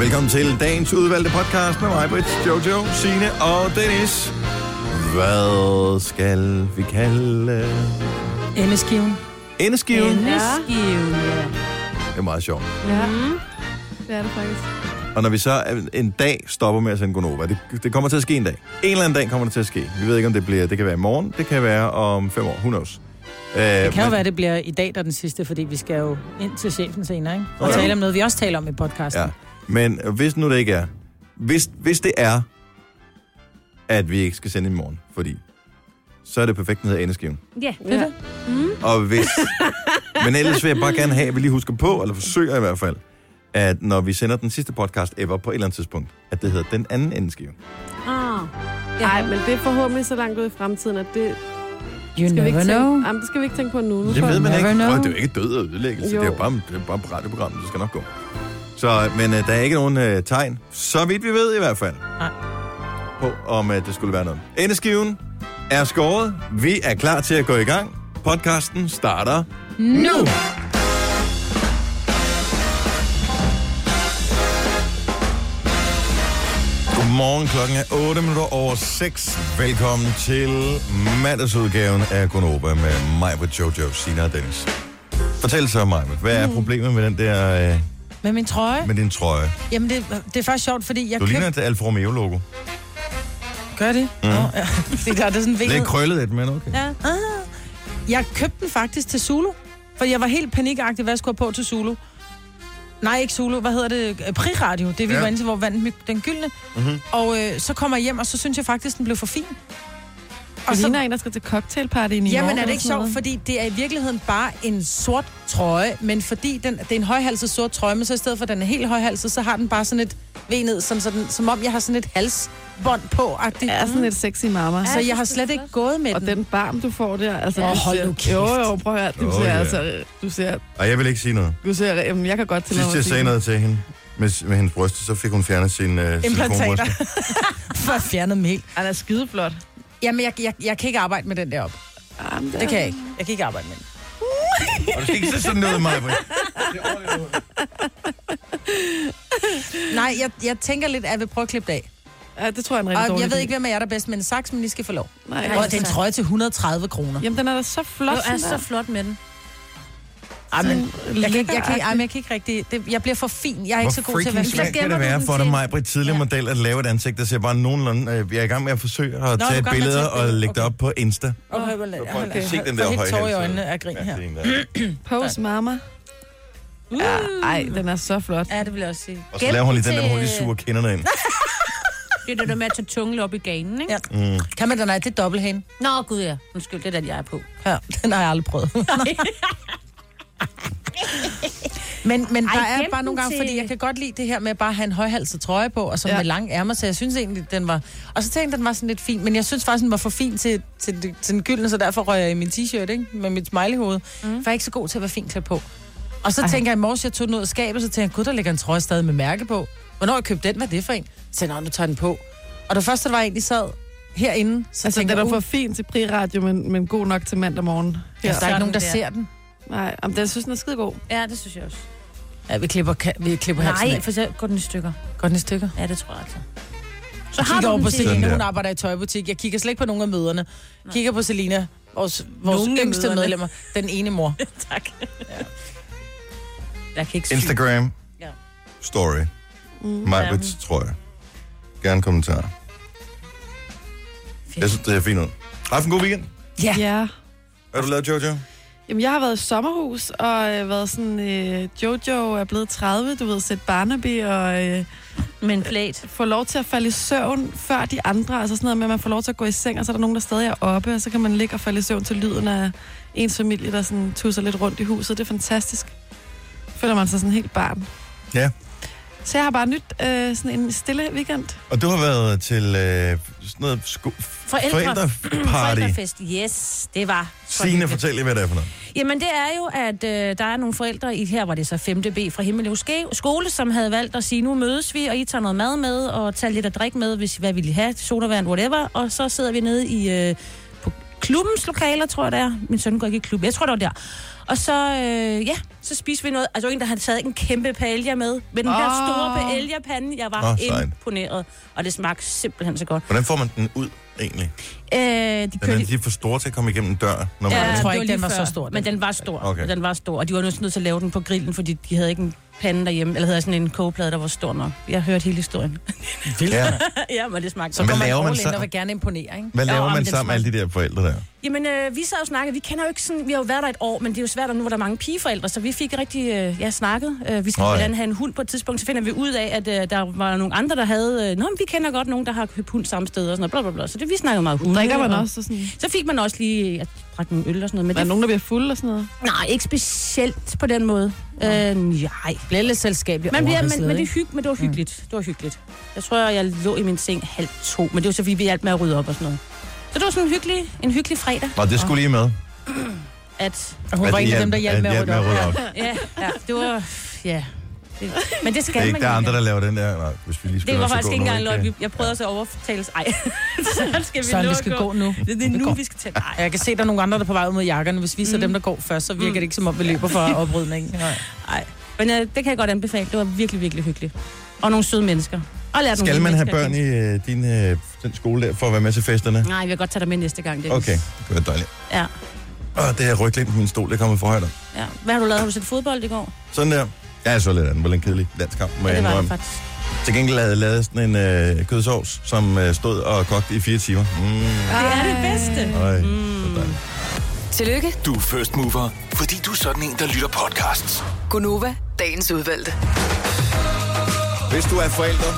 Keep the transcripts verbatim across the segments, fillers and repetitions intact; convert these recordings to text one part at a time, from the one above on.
Velkommen til dagens udvalgte podcast med mig, Britt, Jojo, Signe og Dennis. Hvad skal vi kalde? Endeskiven. Endeskiven? Endeskiven, ja. Det er meget sjovt. Ja, det er det faktisk. Og når vi så en dag stopper med at sende Gonova, det, det kommer til at ske en dag. En eller anden dag kommer det til at ske. Vi ved ikke, om det bliver, det kan være i morgen, det kan være om fem år, who knows. Uh, det kan men, jo være, det bliver i dag, der er den sidste, fordi vi skal jo ind til chefen senere, ikke? Og ja. tale om noget, vi også taler om i podcasten. Ja. Men hvis nu det ikke er, hvis, hvis det er, at vi ikke skal sende i morgen, fordi så er det perfekt, den hedder endeskiven. Ja, det er det. Mm. Og hvis, men ellers vil jeg bare gerne have, at vi lige husker på, eller forsøger i hvert fald, at når vi sender den sidste podcast ever på et eller andet tidspunkt, at det hedder den anden endeskive. Ah. Nej, men det er forhåbentlig så langt ud i fremtiden, at det... You skal never vi ikke know. tænke, jamen, det skal vi ikke tænke på nu. nu det ved man ikke. Know. Og det er jo ikke død og ødelæggelse. Jo. Det er jo bare, det er bare et radioprogram, det skal nok gå. Så, men uh, der er ikke nogen uh, tegn, så vidt vi ved i hvert fald, Nej. på om uh, det skulle være noget. Endeskiven er skåret. Vi er klar til at gå i gang. Podcasten starter nu. nu. Godmorgen, klokken er otte minutter over seks. Velkommen til mandagsudgaven af Gonova med mig, med Jojo, Signe og Dennis. Fortæl så mig, hvad er problemet med den der... Øh, med min trøje? Med din trøje. Jamen, det, det er faktisk sjovt, fordi jeg Du køb... ligner et Alfa Romeo-logo. Gør det? Mm. Nå, ja. Det er sådan det er krøllet et, men okay. Ja. Ah. Jeg købte den faktisk til Zulu, for jeg var helt panikagtig, hvad jeg skulle på til Zulu. Nej, ikke Zulu. Hvad hedder det? Priradio. Det vi ja. var inde til, hvor vandt den gyldne. Mm-hmm. Og øh, så kommer jeg hjem, og så synes jeg faktisk, den blev for fin. Og så ligner en, der skal til cocktailparty i morgen. Jamen er det ikke sjovt, fordi det er i virkeligheden bare en sort trøje, men fordi den, det er en højhalset sort trøje, men så i stedet for, at den er helt højhalset, så har den bare sådan et V ned, sådan, sådan, som om jeg har sådan et halsbånd på. Det er sådan et sexy mama. Så jeg har slet ikke gået med og den. Og den barm, du får der, altså... Åh, oh, hold nu kæft. Jo, jo, prøv at høre. Du oh, ser yeah. altså... Du ser... Ej, jeg vil ikke sige noget. Du ser... Jamen, jeg kan godt til Sidst jeg sagde noget til hende med, med hendes bryst, så fik hun fjernet sin uh, implantater. For at fjerne dem helt. Han er skideflot. Jamen, jeg, jeg, jeg kan ikke arbejde med den der op. Jamen, det kan jeg ikke. Jeg kan ikke arbejde med den. Og du skal ikke se sådan noget, Maja. Nej, jeg, jeg tænker lidt, at jeg vil prøve at klippe det af. Ja, det tror jeg er en rigtig dårlig Og jeg ved idé. ikke, hvem er der bedst, men en saks, men I skal få lov. Nej, og det er en trøje til et hundrede og tredive kroner. Jamen, den er da så flot. Du er så flot med den. Ej, men jeg kan, ikke, jeg, kan, ej, men jeg kan ikke rigtig... Det, jeg bliver for fin. Jeg er ikke så god til at være... Hvor freaking svært kan det være for dig, Maja, på et tidligere ja. model, at lave et ansigt, der ser bare nogenlunde... Øh, jeg er i gang med at forsøge at Nå, tage et billede og lægge okay. det op på Insta. Okay, okay. okay. okay. Se den der højhælse. Helt tår i øjnene af grin her. Pose mama. Uh. Ja, ej, den er så flot. Ja, det vil jeg også sige. Og så laver hun lige den der, hvor hun lige suger kinderne ind. Det er det der med at tage tungen op i ganen, ikke? Ja. Mm. Kan man da nej, det er dobbelthæn. Nå, gud ja. Undskyld, det er den, jeg er på. Ja, den har jeg aldrig prøvet. men men Ej, der er bare nogle gange, til... fordi jeg kan godt lide det her med at bare have en højhalset trøje på, og så ja. med lange ærmer, så jeg synes egentlig, den var... Og så tænkte jeg, den var sådan lidt fin, men jeg synes faktisk, den var for fin til, til, til den gyldne, så derfor røg jeg i min t-shirt, ikke? Med mit smileyhoved. Mm. For jeg er ikke så god til at være fin klædt på. Og så Ej. tænker jeg, i morges, jeg tog den ud af skabet, så tænker jeg, gud, der ligger en trøje stadig med mærke på. Hvornår jeg købte den? Hvad er det for en? Så tænkte jeg, nu tager den på. Og det første, der var egentlig sad herinde, så altså, tænkte den er jeg... for fin til priradio, men, men god nok til mandag morgen. Ja, der er ikke nogen, der ser den. Nej, men den synes, den er skide god. Ja, det synes jeg også. Ja, vi klipper, vi klipper halsen af. Nej, for så går den i stykker. Går den i stykker? Ja, det tror jeg altså. Så jeg kigger over på Selina, hun arbejder i tøjbutik. Jeg kigger slet ikke på nogen af møderne. Nej. Kigger på Selina, vores, vores yngste møderne. medlemmer. Den ene mor. Tak. Ja. Jeg kan ikke Instagram. Ja. Story. Mm. Majbrits trøje. Gerne kommentarer. Jeg synes, det er fint ud. Har du en god weekend? Ja. ja. Hvad har du lavet, Jojo? Jamen, jeg har været i sommerhus, og øh, været sådan, øh, Jojo er blevet tredive, du ved, set Barnaby, og øh, med en plæt. Få lov til at falde i søvn før de andre, altså sådan noget med, at man får lov til at gå i seng, og så er der nogen, der stadig er oppe, og så kan man ligge og falde i søvn til lyden af ens familie, der sådan tusser lidt rundt i huset. Det er fantastisk. Føler man sig sådan helt barn. Ja. Så jeg har bare nyt øh, sådan en stille weekend. Og du har været til øh, sådan noget sko- Forældre- forældreparty. Forældrefest, yes, det var. Signe, fortæl lige, hvad det er for noget. Jamen, det er jo, at øh, der er nogle forældre, i her var det så femte B fra Himmelev Skole, som havde valgt at sige, nu mødes vi, og I tager noget mad med, og tager lidt at drikke med, hvis hvad vil I have, sodavand, whatever, og så sidder vi nede i... Øh, på klubbens lokaler, tror jeg det er. Min søn går ikke i klub. Jeg tror, det var der. Og så, øh, ja, så spiste vi noget. Altså en, der havde taget en kæmpe paella med. Med den oh. her store paella-pande. Jeg var oh, imponeret. Og det smagte simpelthen så godt. Hvordan får man den ud, egentlig? Øh, de den er lige for stor til at komme igennem døren. Når man ja, jeg tror ikke, den var før, så stor. Den. Men den var stor. Okay. Den var stor. Og de var nødt til at lave den på grillen, fordi de havde ikke en pande derhjemme. Eller havde sådan en kogeplade, der var stor nok. Jeg hørte hele historien. Ja. Ja, men det smagte. Så går man all in og vil gerne imponere, ikke? Hvad laver ja, man sammen med alle de der forældre der? Jamen, øh, vi sad og snakkede. Vi kender jo ikke sådan... Vi har jo været der et år, men det er jo svært, at nu var der mange pigeforældre, så vi fik rigtig øh, ja, snakket. Øh, vi skal oh, ja. have en hund på et tidspunkt, så finder vi ud af, at øh, der var nogle andre, der havde... Øh, Nå, men vi kender godt nogen, der har købt hund samme sted og sådan noget. Bla, bla, bla. Så det, vi snakkede meget hunde. Drikker man og, også sådan... Så fik man også lige... Jeg drak nogle øl og sådan noget. Men er der det... nogen, der bliver fuld og sådan noget? Nej, ikke specielt på den måde. Ja. Øh, nej. Bliver lidt selskabeligt men, bliver, men, men, det hygge, men det var hyggeligt. Mm. Det var hyggeligt. Jeg tror, jeg lå i min seng halv to, men det var så, fordi vi hjalp med at rydde op og sådan noget. Så det var sådan en hyggelig, en hyggelig fredag. Og det skulle lige med? At... Og hun var en af dem, der hjalp med at rydde op. op. Ja, ja, det var... Ja. Det, men det skal man ikke. Det er ikke der andre, der laver den der. Nej, hvis vi lige skal det var også faktisk ikke engang løgn. Ikke? Jeg prøvede også at overtales. Ej, så skal vi, så vi skal gå, gå nu. Det, det er nu, det vi skal til. Jeg kan se, der er nogle andre, der er på vej ud mod jakkerne. Hvis vi så mm. dem, der går først, så virker mm. det ikke som om, vi løber for oprydningen. Nej, men uh, det kan jeg godt anbefale. Det var virkelig, virkelig hyggeligt. Og nogle søde mennesker. Og skal nogle man have børn i uh, din uh, den skole der, for at være med til festerne? Nej, jeg vil godt tage dig med næste gang. Det okay, det var dejligt. Ja. Og det har rykket lidt på min stol, det kommer for højt. Ja. Hvad har du lavet? Har du set fodbold i går? Sådan der. Ja, jeg så lidt af den. Det var en kedelig landskamp. Ja, det var det faktisk. Til gengæld havde jeg lavet sådan en øh, kødsovs, som øh, stod og kogte i fire timer. Mm. Det er det bedste. Øj, mm. Tillykke. Du er first mover, fordi du er sådan en, der lytter podcasts. Gunova, dagens udvalgte. Hvis du er forælder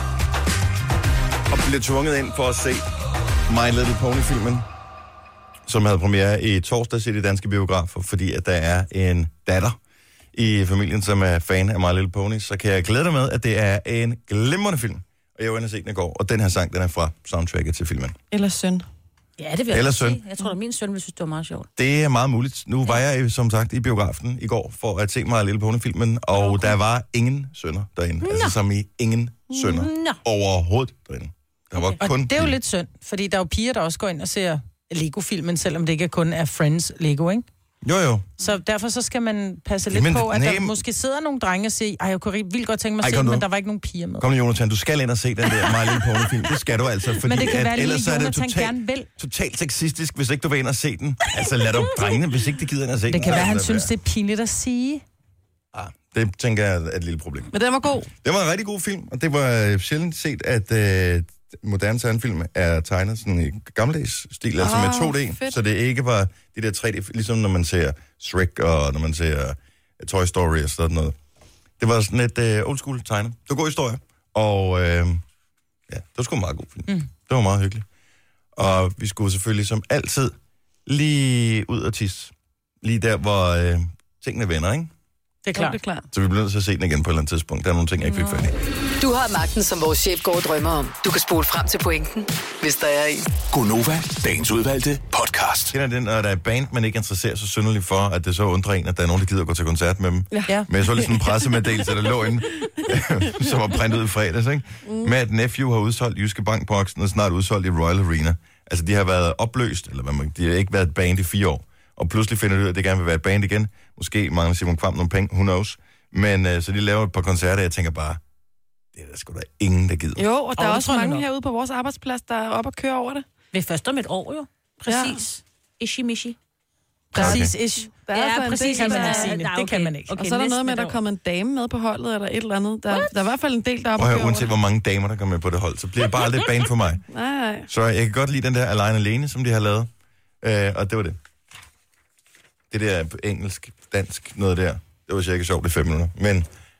og bliver tvunget ind for at se My Little Pony-filmen, som havde premiere i torsdags i de danske biografer, fordi at der er en datter i familien, som er fan af My Little Pony, så kan jeg glæde dig med, at det er en glimrende film. Og jeg var inde og se den i går, og den her sang, den er fra soundtracket til filmen. Eller søn. Ja, det vil jeg Eller søn. Sige. Jeg tror, at min søn ville synes, det var meget sjovt. Det er meget muligt. Nu var jeg, som sagt, i biografen i går for at se My Little Pony-filmen, og okay. der var ingen sønner derinde. Nå. Altså som i ingen sønner Nå. overhovedet derinde. Der var okay. kun og det er jo lidt synd, fordi der er jo piger, der også går ind og ser Lego-filmen, selvom det ikke kun er Friends Lego, ikke? Jo, jo. Så derfor så skal man passe lidt men, på, at nej, der måske sidder nogle drenge og siger, ej, jeg kunne vildt godt tænke mig at se, men der var ikke nogen piger med. Kom nu, Jonathan, du skal ind og se den der My Little Pony-film. Det skal du altså, fordi men det kan at, være, ellers er det totalt, totalt sexistisk, hvis ikke du vil ind og se den. Altså, lad dog drengene, hvis ikke de gider ind og se det den. Det kan være, han synes, det er pinligt at sige. Ah, det tænker jeg er et lille problem. Men den var god. Det var en rigtig god film, og det var sjældent set, at øh, moderne tegnefilm er tegnet sådan i gammeldags stil, oh, altså med to D, fedt. Så det ikke var de der tre D, ligesom når man ser Shrek og når man ser Toy Story og sådan noget. Det var sådan et øh, old school tegnet. Det var god historie, og øh, ja, det var sgu en meget god film. Mm. Det var meget hyggeligt. Og vi skulle selvfølgelig som altid lige ud og tisse. Lige der, hvor øh, tingene vender, ikke? Det er klart. Det er klart. Så vi bliver nødt til at se den igen på et eller andet tidspunkt. Der er nogle ting, jeg ikke fik fat i. Du har magten, som vores chef går og drømmer om. Du kan spole frem til pointen, hvis der er en. Gunova, dagens udvalgte podcast. Kender den, når der er band, man ikke interesserer sig synderligt for, at det så undrer en, at der er nogen, der gider at gå til koncert med dem. Ja. Men jeg så lige sådan en pressemeddelelse, der lå inde, som var printet ud i fredags, ikke? Mm. Med at Nephew har udsolgt Jyske Bankboksen og snart udsolgt i Royal Arena. Altså, de har været opløst, eller hvad man, de har ikke været et band i fire år. Og pludselig finder de ud af, at det gerne vil være et band igen. Måske mangler Simon Kvam nogle penge, who knows. Men øh, så de laver et par koncerter, jeg tænker bare, det er der sgu da ingen, der gider. Jo, og der og er også mange herude på vores arbejdsplads, der er oppe og kører over det. Det er først om et år, jo. Præcis. Ja. Ishi-mishi. Præcis, okay. Ish. Der er ja, præcis, kan man ikke sige det. Okay. Det kan man ikke. Okay, og så er der noget med, at der kommer en dame med på holdet, eller et eller andet. Der, der er i hvert fald en del, der er oppe og kører over uanset det. hvor mange damer, der kommer med på det hold, så bliver det bare lidt band for mig. Nej, nej. Så jeg kan godt lide den der Alene Alene, som de har lavet. Øh, og det var det. Det der engelsk, dansk, noget der. Det var cirka sjovt i fem minutter. Men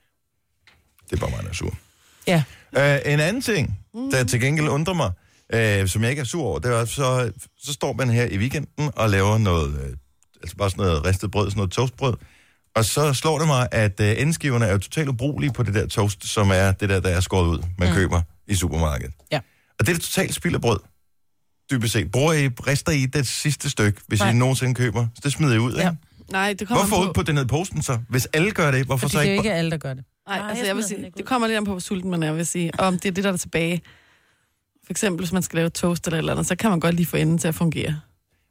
det er bare mig, der er sur. Ja. Øh, en anden ting, der til gengæld undrer mig, øh, som jeg ikke er sur over, det er, så, så står man her i weekenden og laver noget, øh, altså bare sådan noget ristet brød, sådan noget toastbrød, og så slår det mig, at øh, endskiverne er jo totalt ubrugelige på det der toast, som er det der, der er skåret ud, man mm. køber i supermarkedet. Ja. Og det er totalt spild af brød, dybest set. Bruger I, rester I det sidste stykke, hvis Nej. I nogensinde køber? Så det smider I ud, ikke? Ja. Nej, det kommer hvorfor på... ud på det ned i posten så? Hvis alle gør det, hvorfor fordi så ikke... det er jo ikke alle, der gør det. Nej, altså jeg vil sige, det kommer lidt an på, hvor sulten man er, vil sige. Og om det er det, der er tilbage. For eksempel, hvis man skal lave toast eller et eller andet, så kan man godt lige få enden til at fungere.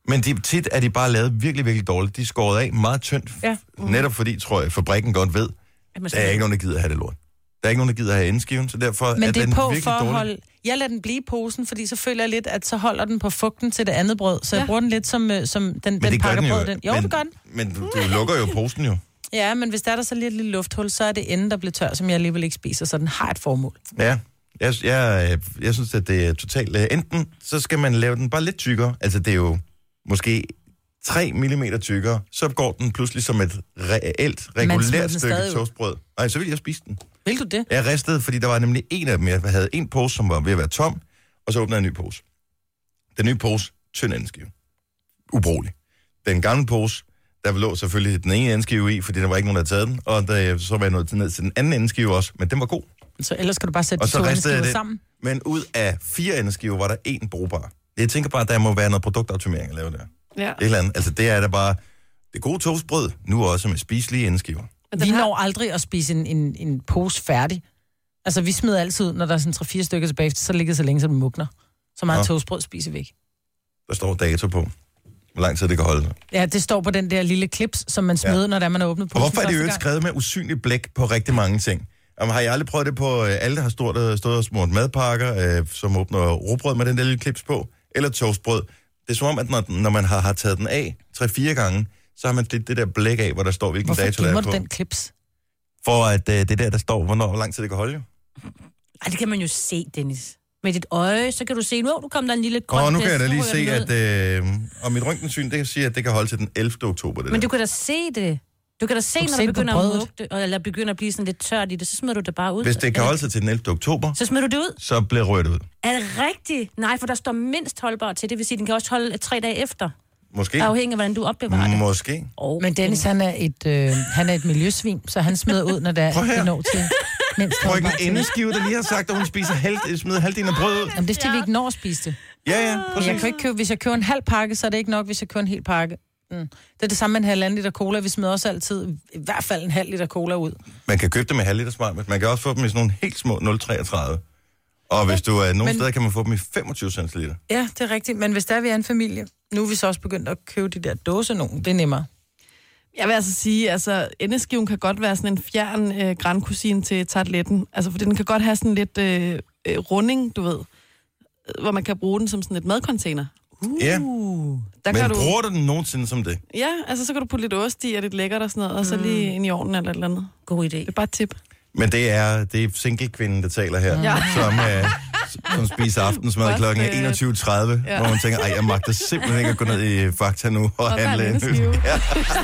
Men de, tit er de bare lavet virkelig, virkelig dårligt. De er skåret af meget tyndt, Ja. mm. netop fordi, tror jeg, fabrikken godt ved, der er ikke nogen, der gider have det lort. Der er ikke nogen, der gider have endeskiven, så derfor Men er det er den på virkelig for at dårlig. holde... Jeg lader den blive i posen, fordi så føler jeg lidt, at så holder den på fugten til det andet brød. Så ja. jeg bruger den lidt som, øh, som den, Men den det gør pakker den jo. brød. Den. Jo, men, det gør den. Men du, du lukker jo posen jo. Ja, men hvis der er der så lidt et lille lufthul, så er det enden, der bliver tør, som jeg alligevel ikke spiser, så den har et formål. Ja, jeg, jeg, jeg synes, at det er totalt... Enten så skal man lave den bare lidt tykkere. Altså, det er jo måske tre millimeter tykkere. Så går den pludselig som et reelt, regulært stykke toastbrød. Nej, så vil jeg spise den. Vil du det? Jeg ristede, fordi der var nemlig en af dem. Jeg havde en pose, som var ved at være tom, og så åbnede jeg en ny pose. Den nye pose, tynd endeskive. Ubrugelig. Den gamle pose, der lå selvfølgelig den ene endeskive i, fordi der var ikke nogen, der havde taget den, og der, så var jeg nået ned til den anden endeskive også, men den var god. Så ellers skal du bare sætte Og de så to ristede jeg endeskiver det, sammen. men ud af fire endeskiver var der en brugbar. Jeg tænker bare, at der må være noget produktoptimering at lave der. Ja. Et eller andet. Altså det er da bare det gode toastbrød, nu også med spiselige endeskiver. Vi når aldrig at spise en, en, en pose færdig. Altså, vi smider altid ud, når der er sådan tre-fire stykker tilbage, så ligger det så længe, som den mugner. Så meget Nå. toastbrød spiser vi ikke. Der står dato på, hvor lang tid det kan holde. Ja, det står på den der lille klips, som man smider, ja. når der man har åbnet Og posen. hvorfor er det jo første ikke gang? skrevet med usynligt blæk på rigtig mange ting? Jamen, har jeg aldrig prøvet det på øh, alle, der har stort, øh, stået og smurt madpakker, øh, som åbner råbrød med den der lille klips på, eller toastbrød. Det er som om, at når, når man har, har taget den af tre-fire gange, så har man det, det der blæk af, hvor der står, hvilken Hvorfor dato der er gemmer på. du den klips? For at øh, det der, der står, hvornår, hvor lang tid det kan holde jo. Ej, det kan man jo se, Dennis. Med dit øje, så kan du se, nu, nu kom der en lille grøn Og nu kan jeg da plet, lige så ryger se, den at ud. øh, og mit røntgensyn, det siger, at det kan holde til den ellevte oktober. Det Men der. du kan da se det. Du kan da se, Du kan når se det det på begynder at brødet. mugte, eller begynder at blive sådan lidt tørt i det, så smider du det bare ud. Hvis det kan holde sig til den ellevte oktober, Så smider du det ud. så bliver det rødt ud. Er det rigtigt? Nej, for der står mindst holdbar til. Det vil sige, den kan også holde tre dage efter. Måske. Afhængig af, hvordan du opbevarer det. Måske. Oh, Men Dennis, han er et, øh, han er et miljøsvin, så han smider ud, når der Prøv her. er når til mindst Prøv ikke holdbar en tid. endeskive, der lige har sagt, at hun spiser halv, smider halvdelen af brød ud. Jamen, det er fordi, vi ikke når at spise det. Ja, ja, Men præcis. jeg kan jo ikke købe, hvis jeg køber en halv pakke, så er det ikke nok, hvis jeg køber en hel pakke. Mm. Det er det samme med en halvanden liter cola. Vi smider også altid i hvert fald en halv liter cola ud. Man kan købe dem med halv liter smart, men man kan også få dem i sådan nogle helt små nul komma treogtredive. Og hvis du er nogen men- steder, kan man få dem i femogtyve centiliter. Ja, det er rigtigt. Men hvis der er vi er en familie, nu er vi så også begyndt at købe de der dåse nogen. Det er nemmere. Jeg vil altså sige, altså endeskiven kan godt være sådan en fjern øh, grandkusine til tarteletten. Altså, for den kan godt have sådan lidt øh, øh, runding, du ved, øh, hvor man kan bruge den som sådan et madcontainer. Uh. Ja, Der men kan du, bruger du den nogensinde som det? ja, altså så kan du putte lidt ost i og lidt lækkert og sådan noget, og så lige ind i ovnen eller et eller andet. God idé. Det er bare et tip. Men det er, det er single-kvinden, der taler her, Ja. som, øh, som spiser aftensmad Også, klokken øh, enogtyve tredive, ja. hvor man tænker, ej, jeg magter simpelthen ikke at gå ned i Fakta nu og, Og handle være en endeskive. ja.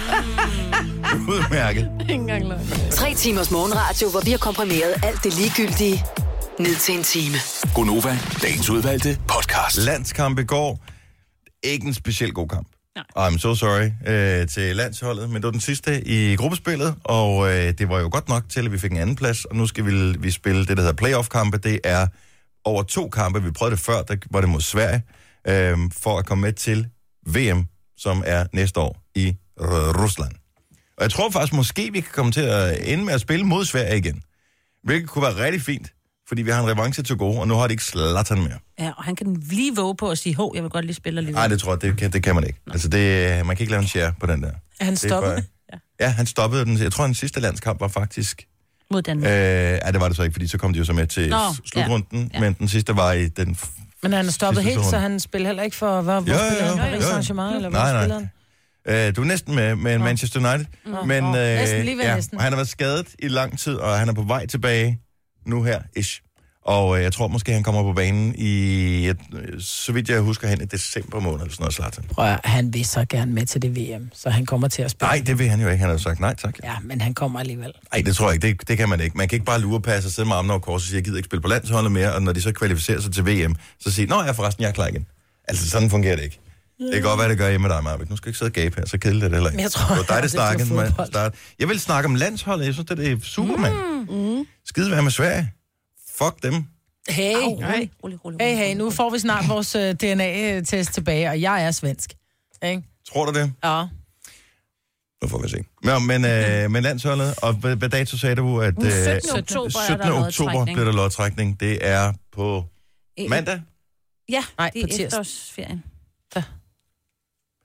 Udmærket. Ikke engang løgn. Tre timers morgenradio, hvor vi har komprimeret alt det ligegyldige ned til en time. Gonova, dagens udvalgte podcast. Landskamp i går. Ikke en specielt god kamp. Nej. I'm so sorry øh, til landsholdet, men det var den sidste i gruppespillet, og øh, det var jo godt nok til, at vi fik en anden plads, og nu skal vi, vi spille det, der hedder playoff-kampe. Det er over to kampe. Vi prøvede det før, der var det mod Sverige, øh, for at komme med til V M, som er næste år i øh, Rusland. Og jeg tror faktisk, måske vi kan komme til at ende med at spille mod Sverige igen, hvilket kunne være rigtig fint, fordi vi har en revanche til gode, og nu har de ikke Zlatan mere. Ja, og han kan lige våge på at sige, hov, jeg vil godt lige spille alligevel. Nej, det tror jeg, det kan, det kan man ikke. Altså, det, man kan ikke lave en share på den der. Er han Det er stoppet? bare- Ja, han stoppede den. Jeg tror, den sidste landskamp var faktisk... Mod Danmark. Øh, ja, det var det så ikke, fordi så kom de jo så med til Nå, s- slutrunden, ja. ja. men den sidste var i den... f- Men han er stoppet sidste helt, så runde. han spiller heller ikke for... Hvor, hvor Jo, jo, spiller han? jo, Paris jo. Saint-Germain, eller hvor Nej, nej. spiller han? Øh, du er næsten med, med Manchester United, men nå. øh, Næsten, lige ved ja, næsten. og han har været skadet i lang tid, og han er på vej tilbage nu her, ish. Og øh, jeg tror måske, han kommer på banen i, et, så vidt jeg husker, hen i december måned, eller sådan noget, Zlatan. Prøv at, han vil så gerne med til det V M, så han kommer til at spille. Nej, det vil han jo ikke. Han har jo sagt nej, tak. Ja, men han kommer alligevel. Nej, det tror jeg ikke. Det, det kan man ikke. Man kan ikke bare lurepasse og sidde med armene over kors og sige, jeg gider ikke spille på landsholdet mere, og når de så kvalificerer sig til V M, så siger nå, ja, forresten, jeg er klar igen. Altså, sådan fungerer det ikke. Det kan godt være, det gør hjemme med dig, Marvind. Nu skal jeg ikke sidde og gabe her, så kedeligt er det heller ikke. Men jeg tror, det var dig, der det er for snakkede med fodbold. start. Jeg vil snakke om landsholdet. Jeg synes, det er super, mand. Mm. Skide være med Sverige. Fuck dem. Hey, Au, rolig, rolig, rolig, hey, hey, nu får vi snart vores uh, D N A-test tilbage, og jeg er svensk. Ikke? Tror du det? Ja. Nu får vi se. Ja, men, øh, men landsholdet, og hvad, hvad dato sagde du? At, øh, syttende oktober er syttende der oktober lodtrækning. bliver der lodtrækning. Det er på mandag. Ja, Nej, det på er tirsdag. efterårsferien.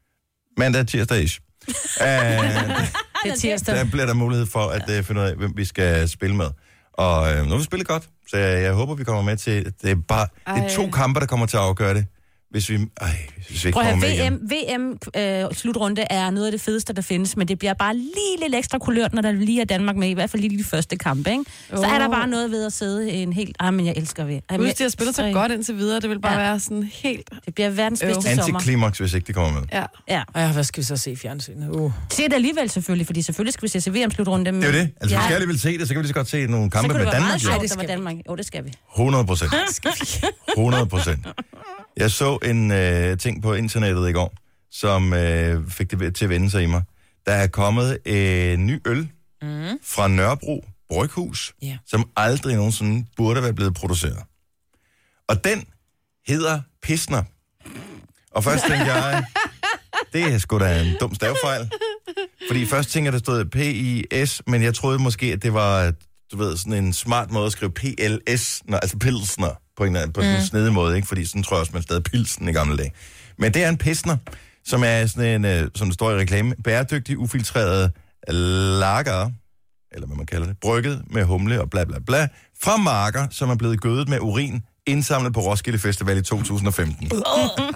Mandag, tirsdag ish. uh, Det er tirsdag. Der bliver der mulighed for at uh, finde ud af, hvem vi skal spille med. Og uh, nu har vi spillet godt, så jeg, jeg håber, vi kommer med til... Det er bare det er to kampe, der kommer til at afgøre det. Hvis vi, ej, hvis vi ikke kommer med igen. V M-slutrunde øh, er noget af det fedeste, der findes, men det bliver bare lige lidt ekstra kulørt, når der lige er Danmark med, i hvert fald lige de første kampe, ikke? Så oh. er der bare noget ved at sidde en helt... Ej, men jeg elsker ved. Husk, de har spillet så godt indtil videre, det vil bare ja. være sådan helt... Det bliver verdens bedste sommer. Antiklimaks, hvis ikke de kommer med. Ja. Ja. Ej, hvad skal vi så se i fjernsynet? Uh. Se det alligevel selvfølgelig, fordi selvfølgelig skal vi se til V M-slutrunde. Men... Det er jo det. Altså, ja. vi skal alligevel se det, så kan vi lige så godt se nogle kampe med Danmark. Så kunne det være meget sjovt, der var Danmark. Jo, det skal vi. hundrede procent. hundrede procent. Jeg så en øh, ting på internettet i går, som øh, fik det til at vende sig i mig. Der er kommet en ny øl mm. fra Nørrebro Bryghus, yeah. som aldrig nogensinde burde være blevet produceret. Og den hedder Pilsner. Og først tænkte jeg, det er sgu da en dum stavefejl. Fordi først tænkte jeg, der stod P I S, men jeg troede måske, at det var, du ved, sådan en smart måde at skrive P L S, altså Pilsner. På en, på mm. en snedig måde, ikke? Fordi sådan tror jeg også, man stadig pilsen i gamle dage. Men det er en Pilsner, som er sådan en, uh, som der står i reklame, bæredygtig, ufiltreret lager, eller hvad man kalder det, brygget med humle og bla bla bla, fra marker, som er blevet gødet med urin, indsamlet på Roskilde Festival i to tusind og femten. Oh.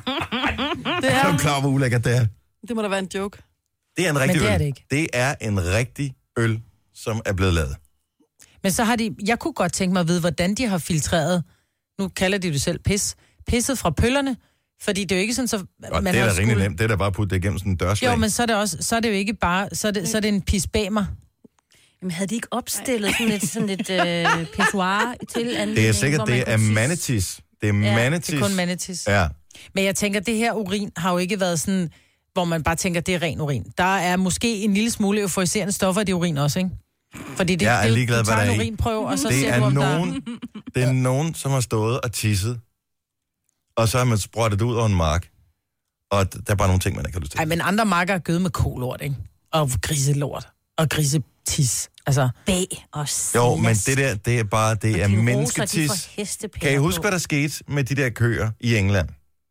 Det er jo klar, hvor ulækkert det er. Det må da være en joke. Det er en rigtig Men det øl. er det ikke. Det er en rigtig øl, som er blevet lavet. Men så har de... Jeg kunne godt tænke mig at vide, hvordan de har filtreret... Nu kalder de det selv pis. Pisset fra pøllerne. Fordi det er jo ikke sådan, så... Og man det er da skulle... rimelig nemt. Det er da bare at putte det igennem sådan en dørslag. Jo, men så er det, også, så er det jo ikke bare... Så er det, så er det en pisbamer. Jamen, havde de ikke opstillet sådan et, sådan et øh, pissoir til anledning? Det er sikkert, det er manatis. Det er ja, manatis. det er kun manatis. Ja. Men jeg tænker, det her urin har jo ikke været sådan, hvor man bare tænker, det er ren urin. Der er måske en lille smule euforiserende stoffer i det urin også, ikke? Fordi det, jeg er det, ligeglad, du tager hvad der en er i. urinprøve, og så det ser er du, om nogen, der... Det er nogen, som har stået og tisset, og så har man sprøjtet det ud over en mark. Og der er bare nogle ting, man ikke har lyst til. Ej, men andre marker er gødet med kolort, ikke? Og griselort. Og grisetis. Altså... Bag og slask. Jo, men det der, det er bare, det og er mennesketis. Roser, de kan I huske, hvad der skete med de der køer i England?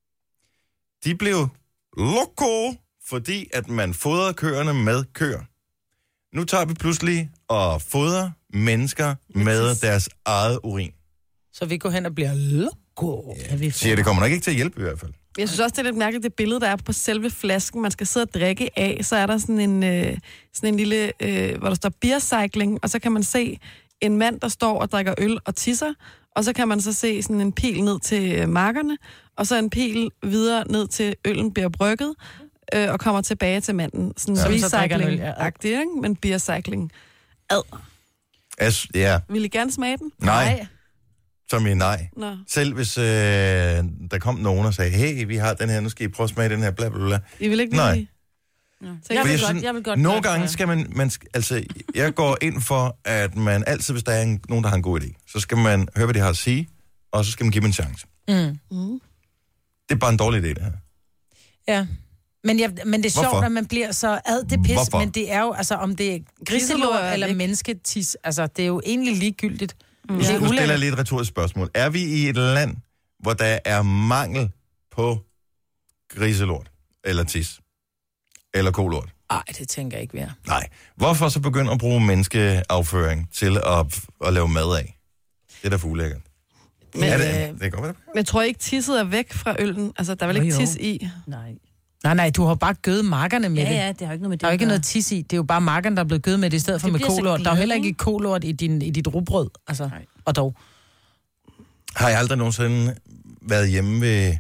De blev loco, fordi at man fodrede køerne med køer. Nu tager vi pludselig og fodrer mennesker med deres eget urin. Så vi går hen og bliver loco. Ja, vi siger, det kommer nok ikke til at hjælpe i hvert fald. Jeg synes også, det er lidt mærkeligt, det billede, der er på selve flasken, man skal sidde og drikke af. Så er der sådan en, øh, sådan en lille, øh, hvor der står beercycling, og så kan man se en mand, der står og drikker øl og tisser, og så kan man så se sådan en pil ned til øh, markerne, og så en pil videre ned til øllen bliver brygget, øh, og kommer tilbage til manden. Sådan ja. Recycling-agtig, ikke? Men beercycling. Ad. As, ja. Vil I gerne smage den? Nej. nej. Som i nej. Nå. Selv hvis øh, der kom nogen og sagde, hey, vi har den her, nu skal I prøve at smage den her, bla bla bla. I vil ikke nej. Lide? Jeg vil, godt, jeg vil godt. Nogle gange skal man, man, altså, jeg går ind for, at man altid, hvis der er en, nogen, der har en god idé, så skal man høre, hvad de har at sige, og så skal man give dem en chance. Mm. Mm. Det er bare en dårlig idé, det her. Ja. Men, jeg, men det er sjovt, Hvorfor? at man bliver så ad det pis, Hvorfor? men det er jo, altså om det er griselort eller mennesketis, altså det er jo egentlig ligegyldigt. Mm. Nu stiller jeg lige et retorisk spørgsmål. Er vi i et land, hvor der er mangel på griselort eller tis? Eller kolort? Nej, det tænker jeg ikke, vi er. Nej. Hvorfor så begynde at bruge menneskeafføring til at, at lave mad af? Det er da for ulækkert. Men, er det, øh, det er godt, det? Men jeg tror ikke, tisset er væk fra øllen. Altså, der er vel ikke tis i? Nej. Nej, nej, du har bare gødet markerne med ja, det. Ja, det har ikke noget med det. Der er jo ikke noget tis i. Det er jo bare markerne, der er blevet gødet med det, i stedet for med kolort. Der er jo heller ikke kolort i, din, i dit rugbrød. Altså, nej. Og dog. Har jeg aldrig nogensinde været hjemme ved...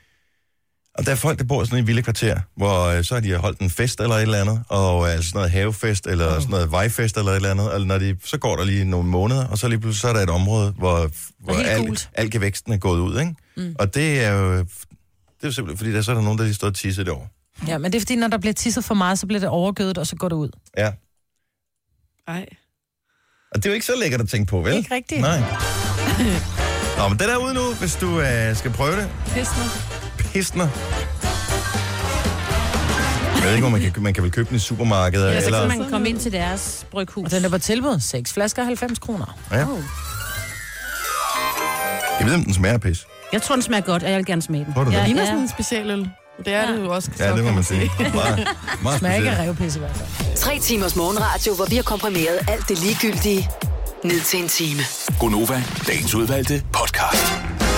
Og der er folk, der bor i sådan en villekvarter, hvor øh, så har de holdt en fest eller et eller andet, og øh, sådan noget havefest, eller uh. sådan noget vejfest eller et eller andet, og når de, så går der lige nogle måneder, og så lige pludselig så er der et område, hvor, hvor al, al gevæksten er gået ud, ikke? Mm. Og det er jo... Det er jo simpelthen, fordi der så er der nogen, der lige står og tisser det over. Ja, men det er fordi, når der bliver tisset for meget, så bliver det overgødet, og så går det ud. Ja. Ej. Og det er jo ikke så lækkert at tænke på, vel? Ikke rigtigt. Nej. Nå, men den er ude nu, hvis du øh, skal prøve det. Pilsner. Pilsner. Jeg ved ikke, om man kan, man kan vel købe den i supermarkedet. Ja, så eller... kan man komme ind til deres bryghus. Og den er på tilbud. Seks flasker, halvfems kroner. Ja. Oh. Jeg ved, om den smager pis. Jeg tror, den smager godt, og jeg vil gerne smage den. Tror du det? Det ligner ja. sådan en specialøl. Det er det jo også. Ja, det må man sige. Meget, meget Smager ikke specielt. af revpisse i hvert fald. Tre timers morgenradio, hvor vi har komprimeret alt det ligegyldige ned til en time. Gonova, dagens udvalgte podcast.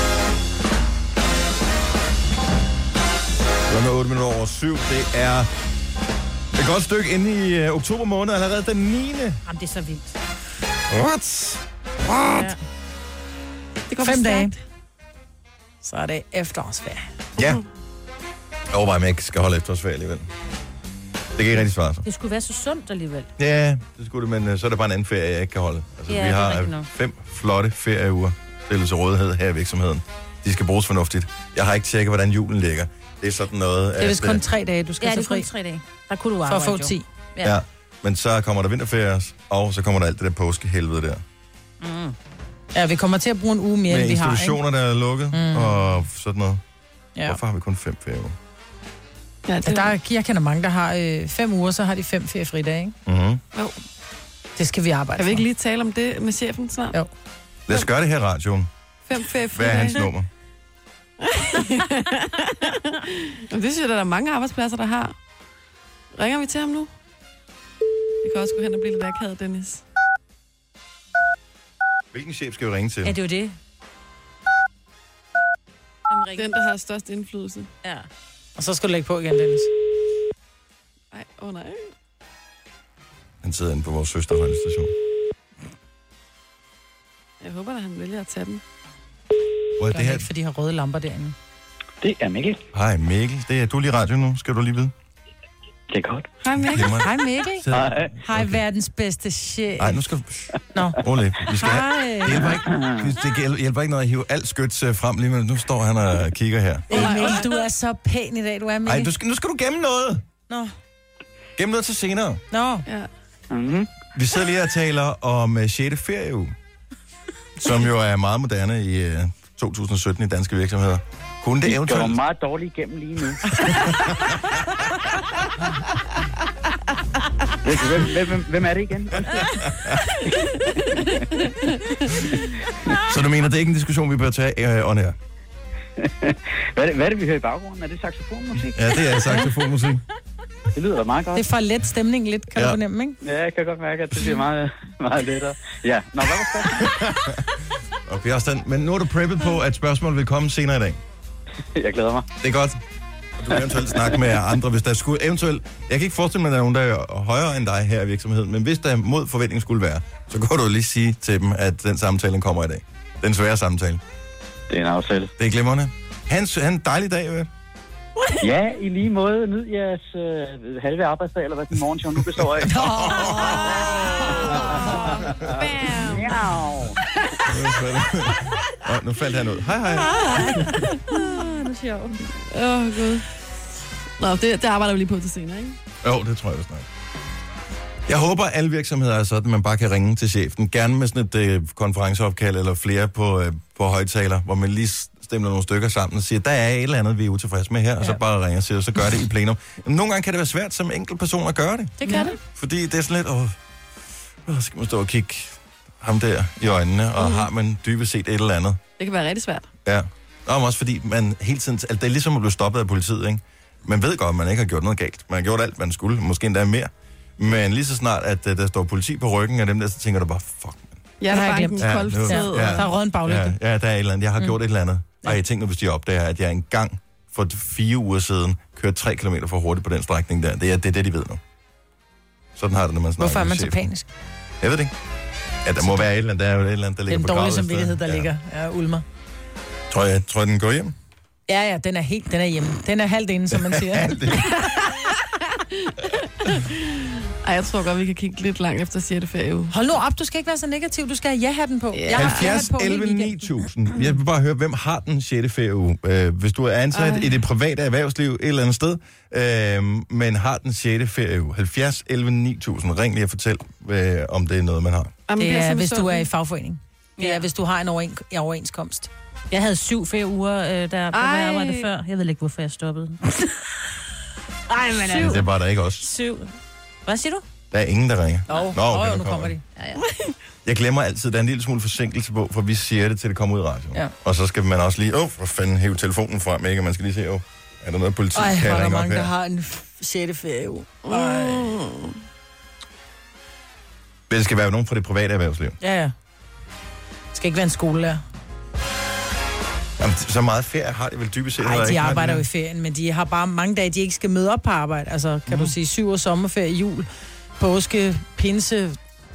Klokken er otte minutter over syv. Det er et godt stykke inde i uh, oktober måned, allerede den niende Jamen, det er så vildt. What? What? Ja. Det går Fem for dage. stærkt. Så er det efterårsferie. Ja. Jeg overvejer, om jeg ikke skal holde efterårsferie alligevel. Det kan ikke rigtig svare sig. Det skulle være så sundt alligevel. Ja, det skulle det, men uh, så er der bare en anden ferie, jeg ikke kan holde. Altså, Ja, vi det er har rigtigt uh, nok. fem flotte ferieuger stillet til rådighed her i virksomheden. De skal bruges fornuftigt. Jeg har ikke tjekket, hvordan julen ligger. Det er sådan noget... Det er vist kun tre dage, du skal Ja, tage det er kun fri. tre dage. Der kunne du For arbejde, at få jo. ti. Ja. ja, men så kommer der vinterferie også, og så kommer der alt det der påskehelvede der. Mm. Ja, vi kommer til at bruge en uge mere, Med end vi har, ikke? institutioner, der er lukket, mm. og sådan noget. Ja. Hvorfor har vi kun fem ferieuger? Ja, det Ja, der, er- jeg kender mange, der har øh, fem uger, så har de fem feriefridage, ikke? Mm-hmm. Det skal vi arbejde Kan vi ikke for. lige tale om det med chefen snart? Jo. Lad os gøre det her i radioen. Fem feriefri Hvad er hans nummer? Jamen, det synes jeg, der er mange arbejdspladser, der har. Ringer vi til ham nu? Vi kan også gå hen og blive lidt akavet, Dennis. Hvilken chef skal vi ringe til? Ja, det er jo det. Den, der har størst indflydelse. Ja. Og så skal du lægge på igen, Dennis. Ej, åh oh, nej. Han sidder inde på vores søsterradiostation. Jeg håber, at han vælger at tage den. Hvor er Det det er her? ikke, fordi de har røde lamper derinde. Det er Mikkel. Hej Mikkel, det er du er lige i radio nu, skal du lige vide. Det er godt. Hej, Mikkel. Glemmer. Hej Mikkel. Så- Hej. Hej, verdens bedste chef. Nej, nu skal du... Nå. Rolig. Vi skal have... Hej. Det hjælper ikke, det hjælper- hjælper ikke noget at hive alt skyts øh, frem lige med. Nu står han og kigger her. Emil, du er så pæn i dag, du er, Mikkel. Ej, du skal, nu skal du gemme noget. Nå. Gemme noget til senere. Nå. Ja. Mm-hmm. Vi sidder lige og taler om uh, sjette ferieuge, som jo er meget moderne i uh, to tusind og sytten i danske virksomheder. Kunne det Det går eventuelt... meget dårligt igennem lige nu. hvem, hvem, hvem, hvem er det igen? Så du mener, det er ikke en diskussion, vi bør tage uh, on air? hvad, er det, hvad er det, vi hører i baggrunden? Er det saxofonmusik? Ja, det er saxofonmusik. Det lyder da meget godt. Det er for let stemning lidt, kan Ja. du fornemme, ikke? Ja, jeg kan godt mærke, at det bliver meget, meget lettere. Ja, nå, hvad var spørgsmålet? Okay, også den. Men nu er du preppet på, at spørgsmålet vil komme senere i dag. Jeg glæder mig. Det er godt. Og du kan eventuelt snakke med andre, hvis der skulle eventuelt... Jeg kan ikke forestille mig, at der er nogen, der er højere end dig her i virksomheden, men hvis der mod forventning skulle være, så kan du lige sige til dem, at den samtale den kommer i dag. Den svære samtale. Det er en aftale. Det er glimrende. Hans, han en dejlig dag, vel? Ja, i lige måde. Nyd jeres øh, halve arbejdsdag, eller hvad den morgenshow nu består af. Bam! Miau. Nå, nu faldt han ud. Hej, hej. Det er sjovt. Åh, oh, gud. Nå, det, det arbejder vi lige på til senere, ikke? Jo, det tror jeg, det snart. Jeg håber, at alle virksomheder er sådan, at man bare kan ringe til chefen. Gerne med sådan et øh, konferenceopkald eller flere på, øh, på højtaler, hvor man lige stemmer nogle stykker sammen og siger, der er et eller andet, vi er utilfredse med her, ja. Og så bare ringer til, og så gør det i plenum. Men nogle gange kan det være svært som enkelt person at gøre det. Det kan det. Fordi det er sådan lidt, åh, åh skal man stå og kigge ham der i øjnene, og mm. har man dybest set et eller andet. Det kan være rigtig svært. Ja. Og også fordi man hele tiden, altså det er ligesom at blive stoppet af politiet, ikke? Man ved godt, at man ikke har gjort noget galt. Man har gjort alt, man skulle, måske endda mere. Men lige så snart, at uh, der står politi på ryggen af dem der, så tænker du bare, fuck, man. Jeg har har jeg banken glemt. Ja, koldt nu- tid. ja. Der er røget en baglygte. Ja, ja, der er et eller andet. Jeg har mm. gjort et eller andet. Og jeg tænker, hvis de opdager, at jeg engang for fire uger siden kørte tre kilometer for hurtigt på den strækning der. Det er det, er det de ved nu. Sådan har det, når man snakker Hvorfor er med man så chefen. panisk? Jeg ved det ikke. Ja, der må være et eller andet, der er jo et eller andet, der Det er ligger en på dårlig gravet et sted. samvittighed, der Ja. ligger. Ja, ulmer. Tror jeg, tror jeg, den går hjem? Ja, ja, den er helt, den er hjemme. Den er halvt inde, som man siger. Ej, jeg tror godt, vi kan kigge lidt langt efter sjette ferieuge. Hold nu op, du skal ikke være så negativ. Du skal have ja-hatten på. Jeg har halvfjerds ja-hat på hele elleve weekenden. ni tusind. Jeg vil bare høre, hvem har den sjette ferieuge? Øh, hvis du er ansat Ej. i det private erhvervsliv et eller andet sted, øh, men har den sjette ferieuge. halvfjerds elleve ni tusind. Ring lige og fortæl, øh, om det er noget, man har. Jamen, Det bliver er, så hvis du er i misundelig. fagforening. Det er, Ja. hvis du har en overen, overenskomst. Jeg havde syv ferieuger, øh, der på Ej. jeg arbejdede før. Jeg ved ikke, hvorfor jeg stoppede. Ej, men Syv. Det er bare der ikke også. Syv. Hvad siger du? Der er ingen, der ringer. Åh, oh, Nå, oh, okay, oh, nu nu kommer de. Ja, ja. Jeg glemmer altid, der er en lille smule forsinkelse på, for vi siger det, til det kommer ud i radioen. Ja. Og så skal man også lige, åh, for fanden, hæve telefonen frem, ikke? Og man skal lige se, åh, Er der noget politi, Ej, kan hvor jeg er der ringe op mange, der her? har en sjette ferieuge. Mm. Men det skal være nogen fra det private erhvervsliv. Ja, ja. Det skal ikke være en skolelærer. Jamen, så meget ferie har de vel dybest set. Nej, heller de ikke, arbejder har jo i ferien, men de har bare mange dage, de ikke skal møde op på arbejde. Altså, kan mm. du sige, syv års sommerferie, jul, påske, pinse,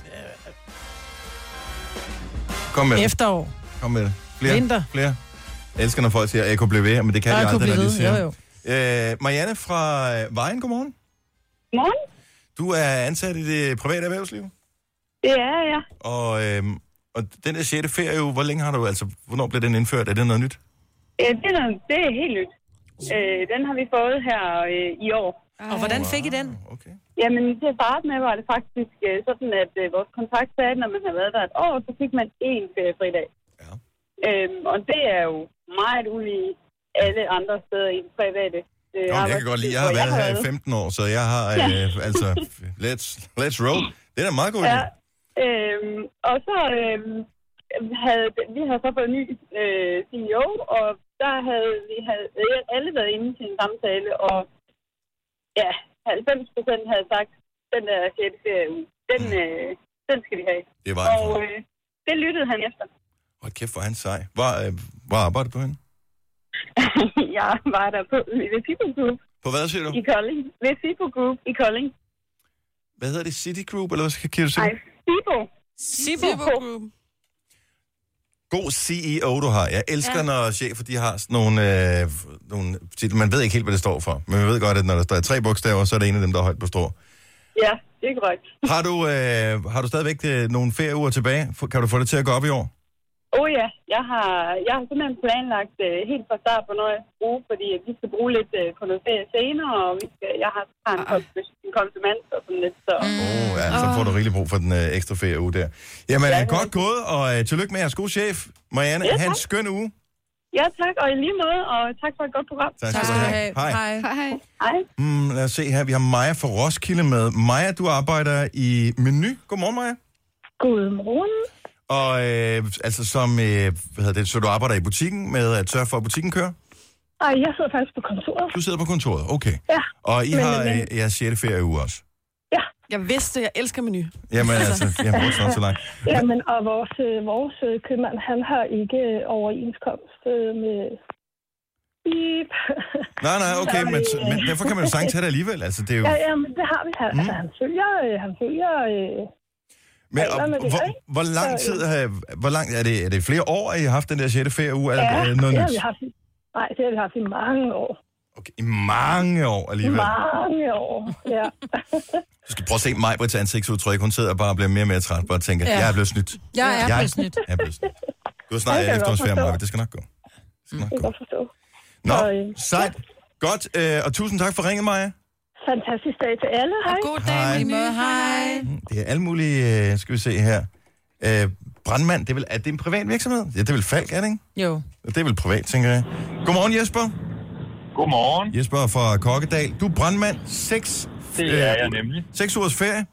Kom med det. efterår, Kom med det. Flere, vinter. flere. Jeg elsker, når folk siger, at jeg kunne blive ved, men det kan Nå, de jeg kunne aldrig, når blive de siger. ved. Jo, jo. Øh, Marianne fra øh, Vejen, godmorgen. Morgen. Du er ansat i det private erhvervsliv. Det er jeg. Og, øh, og den der sjette ferie, hvor længe har du, altså, hvornår blev den indført? Er det noget nyt? Ja, det, er, det er helt nyt. Øh, den har vi fået her øh, i år. Og hvordan fik I den? Okay. Jamen, til at starte med var det faktisk øh, sådan, at øh, vores kontrakt sagde, at når man har været der et år, så fik man én feriefridag. Ja. Øhm, og det er jo meget ulige alle andre steder i det private. Øh, Nå, jeg kan godt lide, jeg har været her i femten år, så jeg har, øh, altså, let's, let's roll. Det er da meget god idé. Ja. Øhm, og så øhm, havde vi havde så fået en ny øh, C E O, og der havde vi havde alle været inde til en samtale, og ja, halvfems procent havde sagt, den der sjette ferieuge, den, mm. øh, den skal vi have. Det var og øh, det lyttede han efter. Hold kæft, hvor er han sej. Hvor, øh, hvor arbejder du henne? Jeg var der på ved Fibo Group. På hvad siger du? I Kolding. Ved Fibo Group i Kolding. Hvad hedder det? City Group, eller hvad skal du sige? Nej, Fibo. Fibo Group. God C E O, du har. Jeg elsker, ja. når chefer, de har sådan nogle, øh, nogle... Man ved ikke helt, hvad det står for. Men man ved godt, at når der står tre bogstaver, så er det en af dem, der er højt på strå. Ja, det er korrekt. Har du, øh, har du stadigvæk øh, nogle ferieuger tilbage? Kan du få det til at gå op i år? Oh ja, jeg har, jeg har simpelthen planlagt uh, helt fra start på noget jeg skal bruge, fordi vi skal bruge lidt uh, på noget ferie senere, og vi skal, jeg har, har en, konfirmation, en konfirmand og sådan lidt. Så. Åh, oh, ja, så får du rigtig brug for den uh, ekstra ferieuge der. Jamen, ja, godt gået, og uh, tillykke med jeres gode chef, Marianne. Ja, ha' en skøn uge. Ja, tak, og i lige måde, og tak for et godt program. Tak skal du have. Hej. Hej. Hej. Hej. Mm, lad os se her, vi har Maja fra Roskilde med. Maja, du arbejder i Meny. Godmorgen, Maja. Godmorgen. Og øh, altså som, øh, hvad hedder det, så du arbejder i butikken med at sørge for, at butikken kører? Ej, jeg sidder faktisk på kontoret. Du sidder på kontoret, okay. Ja. Og I men, har men... øh, jeres sjette ferieuge også? Ja. Jeg vidste, jeg elsker Meny. Jamen altså, jeg må også så langt. Jamen, og vores, vores købmand, han har ikke overenskomst med... Beep. Nej, nej, okay, men, men derfor kan man jo sagtens have det alligevel. Altså, det er jo... Ja, ja, men det har vi. Han, mm. altså, han følger... Han følger øh... Men og, hvor, hvor lang tid har, hvor lang, er, det, er det flere år, at I har haft den der sjette ferieuge? Ja, er det, noget det nyt? har vi haft. Nej, det har vi haft i mange år. Okay, i mange år alligevel? Mange år, ja. Du skal prøve at se mig på et ansigtsudtryk. Hun sidder bare og bliver mere og mere træt, bare tænker, ja. jeg er blevet snydt. Jeg er blevet snydt. Jeg er blevet snydt. Du har snart efterårsferie, Maja. Det skal nok gå. Det skal nok gå. Det kan godt forstå. Nå, sejt. Godt, øh, og tusind tak for ringet, Maja. Fantastisk dag til alle. Hej. Og god dag, hej. Meny. Hej. Det er alle mulige, øh, skal vi se her. Øh, brandmand, det er, vel, er det en privat virksomhed? Ja, det er vel Falk, er det ikke? Jo. Det er vel privat, tænker jeg. Godmorgen, Jesper. Godmorgen. Jesper fra Kokkedal. Du er brandmand. Seks, det er jeg nemlig. Seks ugers ferie?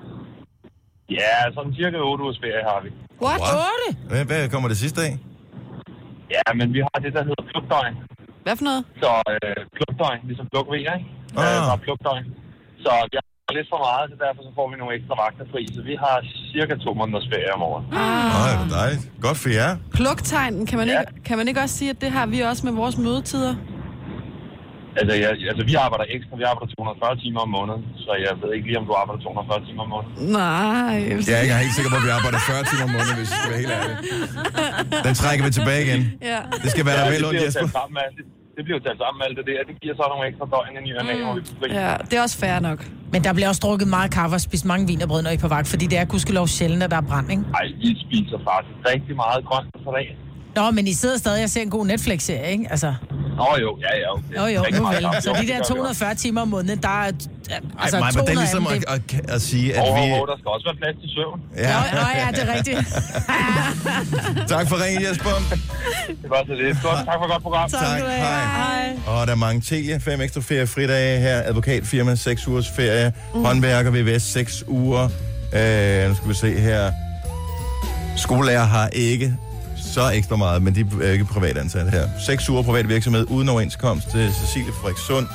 Ja, sådan cirka otte ugers ferie har vi. What? Otte? Hvad, hvad kommer det sidste af? Ja, men vi har det, der hedder plukdøgn. Hvad for noget? Så øh, plukdøgn, ligesom plukvejer, ikke? Ah. Øh, bare plukdøgn. Så vi har lidt for meget, så derfor så får vi nogle ekstra vagter fri. Så vi har cirka to måneders ferie om året. Ah. Ej, hvor dejligt. Godt for jer. Pluktegnen, kan man, ja. ikke, kan man ikke også sige, at det har vi også med vores mødetider? Altså, jeg, altså, vi arbejder ekstra. Vi arbejder to hundrede og fyrre timer om måneden. Så jeg ved ikke lige, om du arbejder to hundrede og fyrre timer om måneden. Nej. Jeg er ikke helt sikker på, at vi arbejder fyrre timer om måneden, hvis jeg skal være helt ærlig. Den trækker vi tilbage igen. Ja. Det skal være ja, der vel ondt, Jesper. Det bliver jo talt sammen med alt det der. Det giver så nogle ekstra døgn i ny og næ, hvor vi får fri. Ja, det er også fair nok. Men der bliver også drukket meget kaffe og spist mange vinerbrød, når I er på vagt, fordi det er gudskelov sjældent, at der er brand, ikke? Ej, vi spiser faktisk rigtig meget grønt for dagen. Nå, men I sidder stadig og ser en god Netflix-serie, ikke? Altså... Nå jo, ja, ja. Okay. Jo, jo, nu vel. Så de der to hundrede og fyrre timer om måneden, der er... Altså, Ej, Maja, men det er ligesom det... at, at, at sige, at oh, vi... Oh, oh, der skal også være plads til søvn. Ja, Nå, nå, ja, det er rigtigt. Tak for ringen, Jesper. Det var så lidt. Godt. Tak for godt program. Tak, tak. Hej. Hej. Og der er mange Telia, fem ekstra feriefridage her. Advokatfirma, seks ugers ferie. Mm. Håndværker V V S, seks uger. Øh, nu skal vi se her. Skolelærer har ikke så ekstra meget, men de er ikke privat ansat her. Seks uger privat virksomhed uden overenskomst til Cecilie Frederikssund.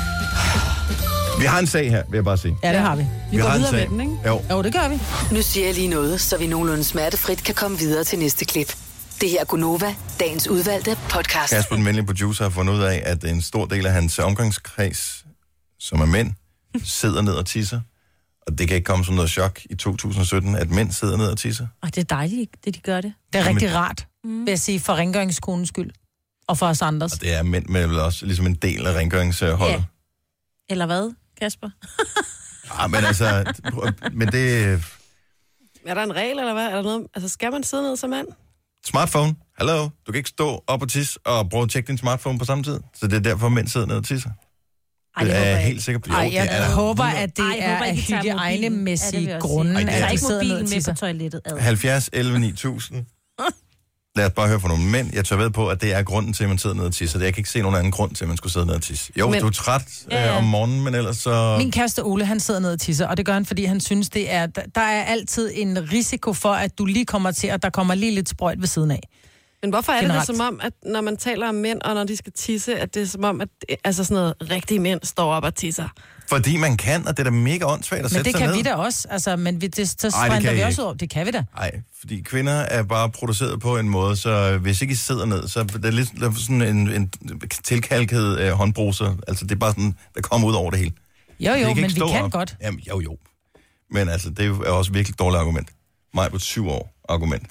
Vi har en sag her, vil jeg bare sige. Ja, det har vi. Vi, vi går videre med den, ikke? Jo. Jo, det gør vi. Nu siger jeg lige noget, så vi nogenlunde smertefrit kan komme videre til næste klip. Det her er Gunova, dagens udvalgte podcast. Kasper, den venlige producer, har fundet ud af, at en stor del af hans omgangskreds, som er mænd, sidder ned og tisser. Og det kan ikke komme som noget chok i to tusind og sytten, at mænd sidder ned og tisser. Og det er dejligt, det de gør det. Det er rigtig rart, mm. vil jeg sige, for rengøringskonens skyld. Og for os andres. Og det er mænd med vel også ligesom en del af rengøringsholdet. Ja. Eller hvad, Kasper? Ah, men altså, men det... Er der en regel, eller hvad? Er der noget? Altså, skal man sidde ned som mand? Smartphone. Hallo? Du kan ikke stå op og tisse og prøve at tjekke din smartphone på samme tid. Så det er derfor, mænd sidder ned og tisser. Ej, det er jeg jeg helt sikker på. Jo, Ej, jeg det er håber, at det Ej, er håber, af hygiejnemæssige ja, grunde, Ej, det er at de ikke sidder ned mobilen og med tisser. på toilettet. Ad. halvfjerds elleve ni tusind. Lad os bare høre fra nogle mænd. Jeg tør ved på, at det er grunden til, at man sidder ned og tisser. Jeg kan ikke se nogen anden grund til, at man skulle sidde ned og tisse. Jo, men, du er træt ja, ja. Øh, om morgenen, men ellers så... Min kæreste Ole, han sidder ned og tisser, og det gør han, fordi han synes, det er, der er altid en risiko for, at du lige kommer til, at der kommer lige lidt sprøjt ved siden af. Men hvorfor er Generelt. det, det som om, at når man taler om mænd, og når de skal tisse, at det er som om, at altså sådan noget rigtige mænd står op og tisser? Fordi man kan, og det er da mega åndssvagt at men sætte sig ned. Men det kan vi da også, altså, men vi, det, så Ej, det sprinter vi også ikke. ud over. Det kan vi da. Nej, fordi kvinder er bare produceret på en måde, så hvis ikke I sidder ned, så det er lidt sådan en, en tilkalket øh, håndbruser. Altså det er bare sådan, der kommer ud over det hele. Jo, jo, kan men vi kan op. godt. Jamen, jo, jo. Men altså, det er også virkelig et dårligt argument. Mig på syv år argument.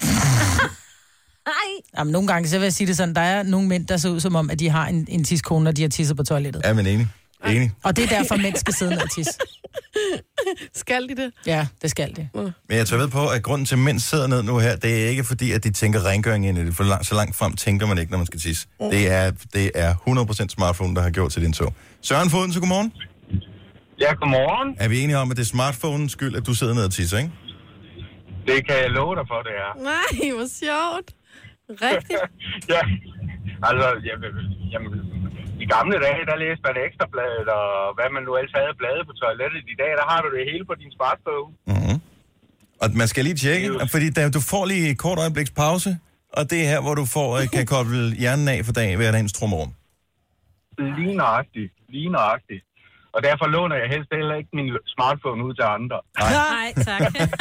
Jamen, nogle gange, så vil jeg sige det sådan, der er nogle mænd, der ser ud som om, at de har en, en tiskone, når de har tisset på toilettet. Ja, men enig. Enig. Og det er derfor, mænd skal sidde ned og tisse. Skal de det? Ja, det skal de. Mm. Men jeg tager ved på, at grunden til, at mænd sidder ned nu her, det er ikke fordi, at de tænker rengøring ind i det, for lang, så langt frem tænker man ikke, når man skal tisse. Mm. Det er, det er hundrede procent smartphone, der har gjort til din tog. Søren Foden, så godmorgen. Ja, godmorgen. Er vi enige om, at det er smartphonens skyld, at du sidder ned og tisser, ikke? Det kan jeg love dig for, det er. Nej, hvor sjovt. Rigtigt. Ja, altså, jamen, jamen, i gamle dage, der læste man Ekstrabladet, og hvad man nu ellers havde bladet på toilettet. I dag, der har du det hele på din smartphone. Mm-hmm. Og man skal lige tjekke, fordi der, du får lige et kort øjebliks pause, og det er her, hvor du får, kan koble hjernen af for dag hver dagens trummerum. Lige nøjagtigt, lige nøjagtigt. Og derfor låner jeg helst heller ikke min smartphone ud til andre. Nej, Nej tak.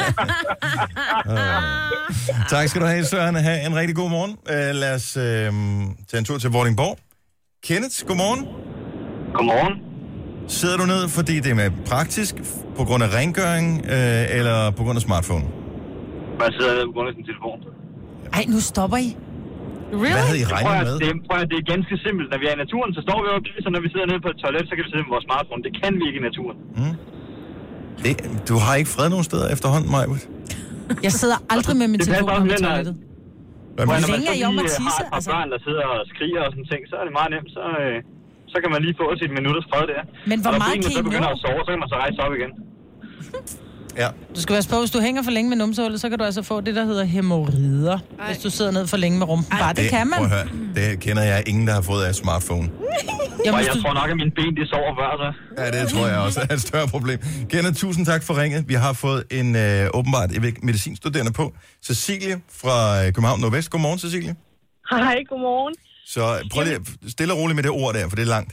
Tak skal du have, Søren. Ha' en rigtig god morgen. Uh, lad os uh, tage en tur til Vordingborg. Kenneth, godmorgen. Godmorgen. Sidder du ned, fordi det er med praktisk, på grund af rengøring, uh, eller på grund af smartphone? Man sidder ned på grund af sin telefon. Ej, nu stopper I. Really? Hvad havde I regnet med? Det, prøv at, det er ganske simpelt. Når vi er i naturen, så står vi jo og så når vi sidder nede på et toilet, så kan vi sidde med vores smartphone. Det kan vi ikke i naturen. Mm. Det, du har ikke fred nogen steder efterhånden, Majbert? Jeg sidder aldrig med min telefon på toilettet. Hvor længe er jeg om at tisse? Når man så har et par børn, der sidder og skriger og sådan ting, så er det meget nemt. Så, øh, så kan man lige få sit minutters fred der. Men hvor og meget kan I så begynder nå? at sove, så kan man så rejse op igen. Ja. Du skal være på, hvis du hænger for længe med numsehullet, så kan du altså få det, der hedder hæmorider, hvis du sidder ned for længe med rumpen. Bare det, det kan man. Prøv at høre, det kender jeg ingen, der har fået af smartphone. Jamen, jeg du... tror nok, at mine ben, de sover før, så. Ja, det tror jeg også er et større problem. Kenneth, tusind tak for ringet. Vi har fået en øh, åbenbart jeg ved, medicinstuderende på. Cecilie fra øh, København Nordvest. Godmorgen, Cecilie. Hej, godmorgen. Så prøv lige stille og roligt med det ord der, for det er langt.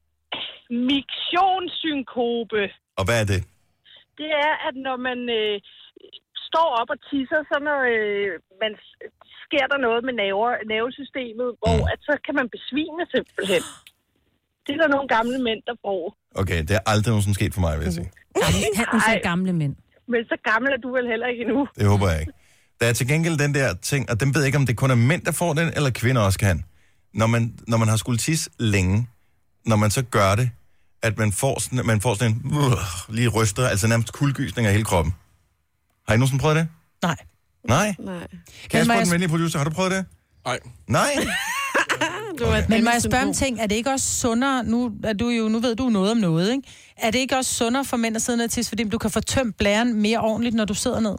Miktionssynkope. Og hvad er det? Det er, at når man øh, står op og tisser, så når øh, man sker der noget med nerver, nervesystemet, hvor at så kan man besvime simpelthen. Det er der nogle gamle mænd, der bruger. Okay, det er aldrig nogensinde sket for mig, vil jeg sige. Han siger gamle mænd. Men så gammel er du vel heller ikke endnu. Det håber jeg ikke. Der er til gengæld den der ting, og den ved jeg ikke, om det kun er mænd, der får den, eller kvinder også kan. Når man, når man har skulle tisse længe, når man så gør det, at man får sådan, man får sådan en uh, lige ryster, altså nærmest kuldegysning af hele kroppen. Har I nogensinde prøvet det? Nej. Nej? Nej. Kasper, den venlige producer, har du prøvet det? Nej. Nej? Okay. Men må jeg spørge om ting, er det ikke også sundere, nu, er du jo, nu ved du noget om noget, ikke? Er det ikke også sundere for mænd at sidde ned og tisse, fordi du kan få tømt blæren mere ordentligt, når du sidder ned?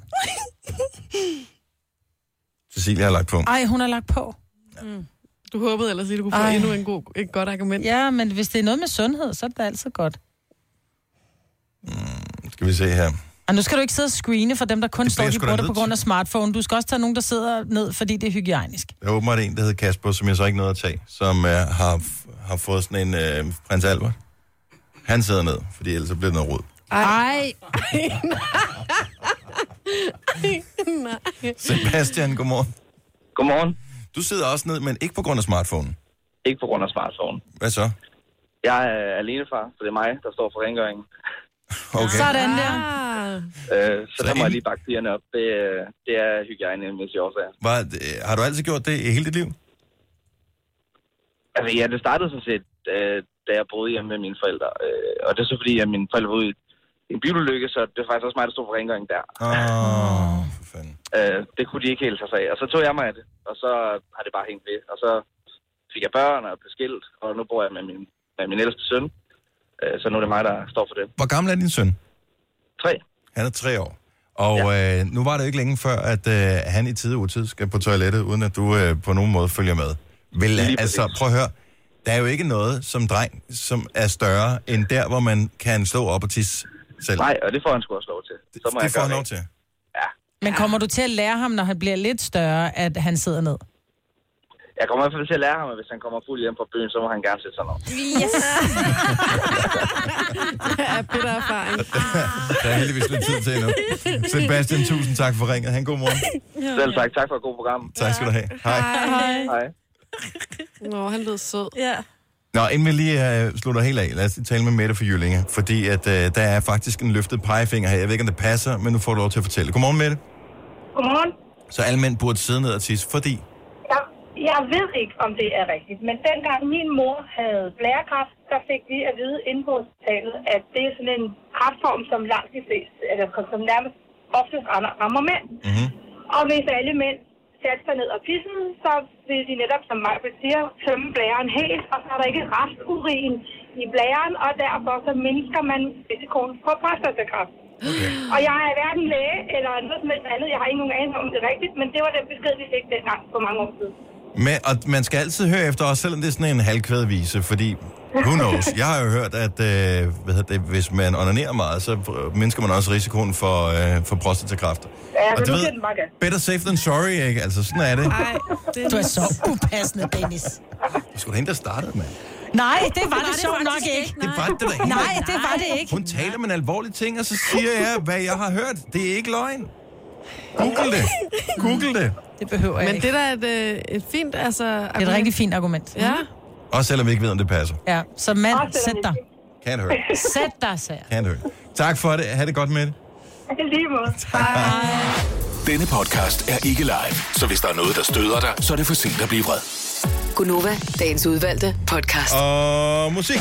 Cecilia har lagt på. Ej, hun har lagt på. Mm. Du håbede ellers, at du kunne få Ej. endnu en god, et godt argument. Ja, men hvis det er noget med sundhed, så er det altid godt. Mm, skal vi se her. Og nu skal du ikke sidde og screene for dem, der kun Det står, bliver de sgu da bruger det nødt på grund af smartphone. Du skal også tage nogen, der sidder ned, fordi det er hygiejnisk. Der er åbenbart en, der hedder Kasper, som jeg så ikke nåede at tage, som uh, har, har fået sådan en uh, prins Albert. Han sidder ned, fordi ellers så bliver det noget rod. Ej. Sebastian, godmorgen. Godmorgen. Du sidder også ned, men ikke på grund af smartphone. Ikke på grund af smartphone. Hvad så? Jeg er alenefar, så det er mig, der står for rengøringen. Okay. Sådan der. Øh, så, så der må en... jeg lige bakke pigerne op. Det, det er hygiejnemæssigt årsager. Var, har du altid gjort det i hele dit liv? Altså ja, det startede sådan set, øh, da jeg boede hjemme med mine forældre. Øh, og det er så fordi, at mine forældre var ude i en bilulykke, så det er faktisk også mig, der stod for rengøringen der. Åh, oh, for fanden. Øh, det kunne de ikke helt tage sig af. Og så tog jeg mig af det, og så har det bare hængt ved. Og så fik jeg børn og blev skilt, og nu bor jeg med min, med min ældste søn. Øh, så nu er det mig, der står for det. Hvor gammel er din søn? Tre. Han er tre år. Og ja. øh, nu var det jo ikke længe før, at øh, han i tide og utid skal på toilettet, uden at du øh, på nogen måde følger med. Vil, altså, prøv at høre. Der er jo ikke noget som dreng, som er større end der, hvor man kan stå op og tisse selv. Nej, og det får han sgu også lov til. Så må det jeg får han gøre lov til? Ja. Men kommer du til at lære ham, når han bliver lidt større, at han sidder ned? Jeg kommer i hvert fald til at lære ham, at hvis han kommer fuld hjem fra byen, så må han gerne sætte sig ned. Yes! Det er bitter erfaring. Der er heldigvis lidt tid til endnu. Sebastian, tusind tak for ringet. Han god morgen. Selv tak. Tak for et godt program. Tak skal du have. Hej. Hej. Hej. Nå, han lød sød. Ja. Nå, inden vi lige uh, slutter helt af, lad os lige tale med Mette for Jyllinge, fordi at uh, der er faktisk en løftet pegefinger her. Jeg ved ikke, om det passer, men nu får du lov til at fortælle. Godmorgen, Mette. Godmorgen. Så alle mænd burde sidde ned og tisse, fordi... Ja, jeg ved ikke, om det er rigtigt, men dengang min mor havde blærekræft, der fik vi at vide inde på hospitalet, at det er sådan en kræftform, som langt de fleste, eller som nærmest oftest rammer mænd. Mm-hmm. Og hvis alle mænd satte sig ned og pissede, så vil de netop, som mig siger, tømme blæren helt, og så er der ikke resturin i blæren, og derfor så mindsker man risikoen for prostatakræft. Okay. Og jeg er hverken læge eller noget som helst andet. Jeg har ikke nogen anelse om det er rigtigt, men det var den besked, vi fik dengang for mange år siden. Men, og man skal altid høre efter os, selvom det er sådan en halvkvædvise, fordi who knows? Jeg har jo hørt, at øh, hvad hedder det, hvis man onanerer meget, så mindsker man også risikoen for, øh, for prostatakræft. Ja, og det du ved, ved, meget better safe than sorry, ikke? Altså, sådan er det. Ej, det Du er så upassende, Dennis. Det skulle da hende, der startede, mand. Nej, det var det sjovt nok ikke. Det var det da ikke. Nej, det var det ikke. Hun taler med en alvorlig ting, og så siger jeg, hvad jeg har hørt. Det er ikke løgn. Google det. Google det. Det behøver jeg Men ikke. det der er et, øh, et fint, altså... Det er et rigtig fint argument. Ja. Også selvom vi ikke ved, om det passer. Ja, så mand, sæt dig. Can't hurt. Sæt dig, sagde jeg. Can't hurt. Tak for det. Ha' det godt med det. Lige måde. Denne podcast er ikke live, så hvis der er noget, der støder dig, så er det for sent at blive vred. Gunova, dagens udvalgte podcast. Og musik.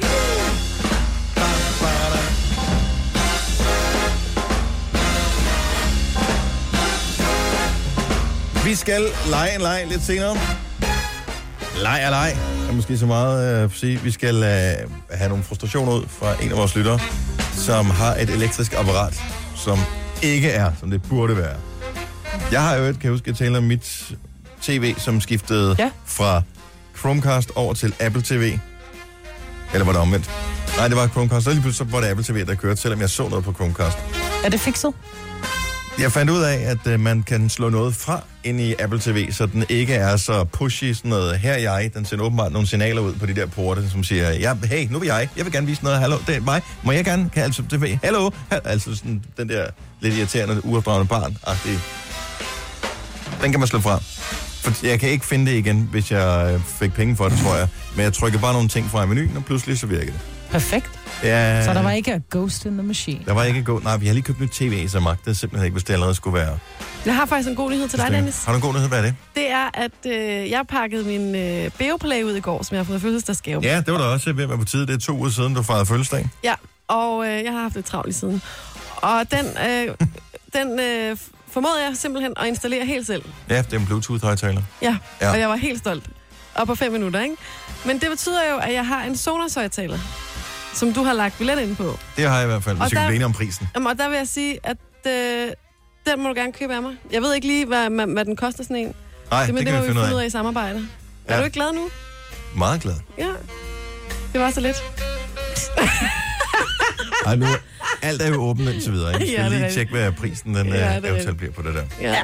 Vi skal lege en leg lidt senere. Leg er leg. Det er måske så meget øh, at sige. Vi skal øh, have nogle frustrationer ud fra en af vores lyttere, som har et elektrisk apparat, som ikke er, som det burde være. Jeg har jo et, kan jeg huske, at tale om mit tv, som skiftede ja. fra Chromecast over til Apple T V. Eller var det omvendt? Nej, det var Chromecast. Så lige pludselig var det Apple T V, der kørte, selvom jeg så noget på Chromecast. Er det fikset? Jeg fandt ud af, at uh, man kan slå noget fra ind i Apple T V, så den ikke er så pushy, sådan noget, her er jeg. Den sender åbenbart nogle signaler ud på de der porte, som siger, ja, hey, nu vil jeg. Jeg vil gerne vise noget. Hallo, det er mig. Må jeg gerne? Kan altså T V? Hallo? Altså sådan den der lidt irriterende, uopdragende barn. Ah, det... Den kan man slå fra. For jeg kan ikke finde det igen, hvis jeg fik penge for det, tror jeg. Men jeg trykker bare nogle ting fra i menuen, og pludselig så virker det. Perfekt. Ja, så der var ikke a ghost in the machine? Der var ikke go. Nej, vi har lige købt nyt tv, så magtede det simpelthen ikke, hvis det allerede skulle være. Jeg har faktisk en god nyhed til dig, Dennis. Har du en god nyhed? Hvad er det? Det er, at øh, jeg pakkede min øh, Beoplay ud i går, som jeg har fået fødselsdagsgave. Ja, det var da også ved at være på tide. Det er to uger siden, du fejrede fødselsdag. Ja, og øh, jeg har haft det travlt i siden. Og den, øh, den øh, formåede jeg simpelthen at installere helt selv. Ja, det er en Bluetooth-højtaler. Ja, ja, og jeg var helt stolt. Og på fem minutter, ikke? Men det betyder jo, at jeg har en Sonos-højtaler, som du har lagt billet ind på. Det har jeg i hvert fald, hvis jeg kan blive om prisen. Jamen, og der vil jeg sige, at øh, den må du gerne købe af mig. Jeg ved ikke lige, hvad, hvad, hvad den koster sådan en. Nej, det, det, det kan må vi vi finde ud af i samarbejde. Ja. Er du ikke glad nu? Meget glad. Ja, det var så lidt. Ej, nu, alt er jo åbent indtil videre. Jeg skal Ja, lige det er tjekke, hvad prisen den Ja, ja, det er eventuelt bliver på det der. Ja.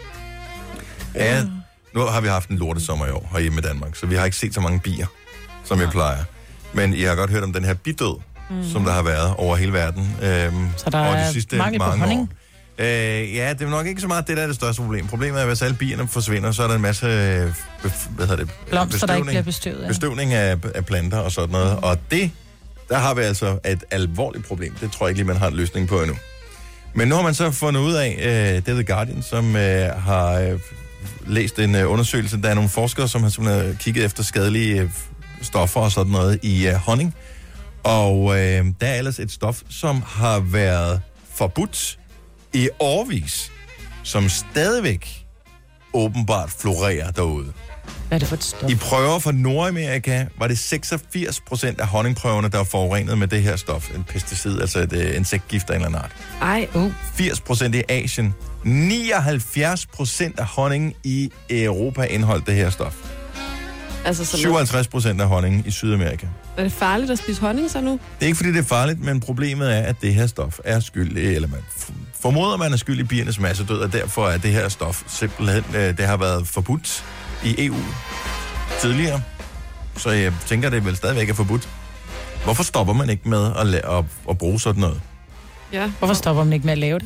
Ja, nu har vi haft en lortesommer i år herhjemme i Danmark, så vi har ikke set så mange bier, som vi plejer. Men I har godt hørt om den her bidød, mm. som der har været over hele verden øhm, så der over de er sidste mangel på mange honning? år. Øh, ja, det er nok ikke så meget det, der er det største problem. Problemet er, at hvis alle bierne forsvinder, så er der en masse øh, hvad hedder det? Blomster, der ikke bliver bestøvet. Ja. Bestøvning af, af planter og sådan noget. Mm. Og det, der har vi altså et alvorligt problem. Det tror jeg ikke lige, man har en løsning på endnu. Men nu har man så fundet ud af, øh, det er The Guardian, som øh, har øh, læst en øh, undersøgelse. Der er nogle forskere, som har simpelthen kigget efter skadelige øh, stoffer og sådan noget i øh, honning. Og øh, der er ellers et stof, som har været forbudt i årevis, som stadigvæk åbenbart florerer derude. Hvad er det for et stof? I prøver fra Nordamerika var det seksogfirs procent af honningprøverne, der var forurenet med det her stof. En pesticid, altså et uh, insektgift af en eller anden art. Ej. Uh. firs procent i Asien. nioghalvfjerds procent af honningen i Europa indeholdt det her stof. Altså, så syvoghalvtreds procent af honningen i Sydamerika. er det farligt at spise honning så nu? Det er ikke, fordi det er farligt, men problemet er, at det her stof er skyld i, eller man formoder, man er skyld i biernes massedød, og derfor er det her stof simpelthen, det har været forbudt i E U tidligere. Så jeg tænker, det vel stadigvæk er forbudt. Hvorfor stopper man ikke med at, la- at, at bruge sådan noget? Ja. Hvorfor stopper man ikke med at lave det?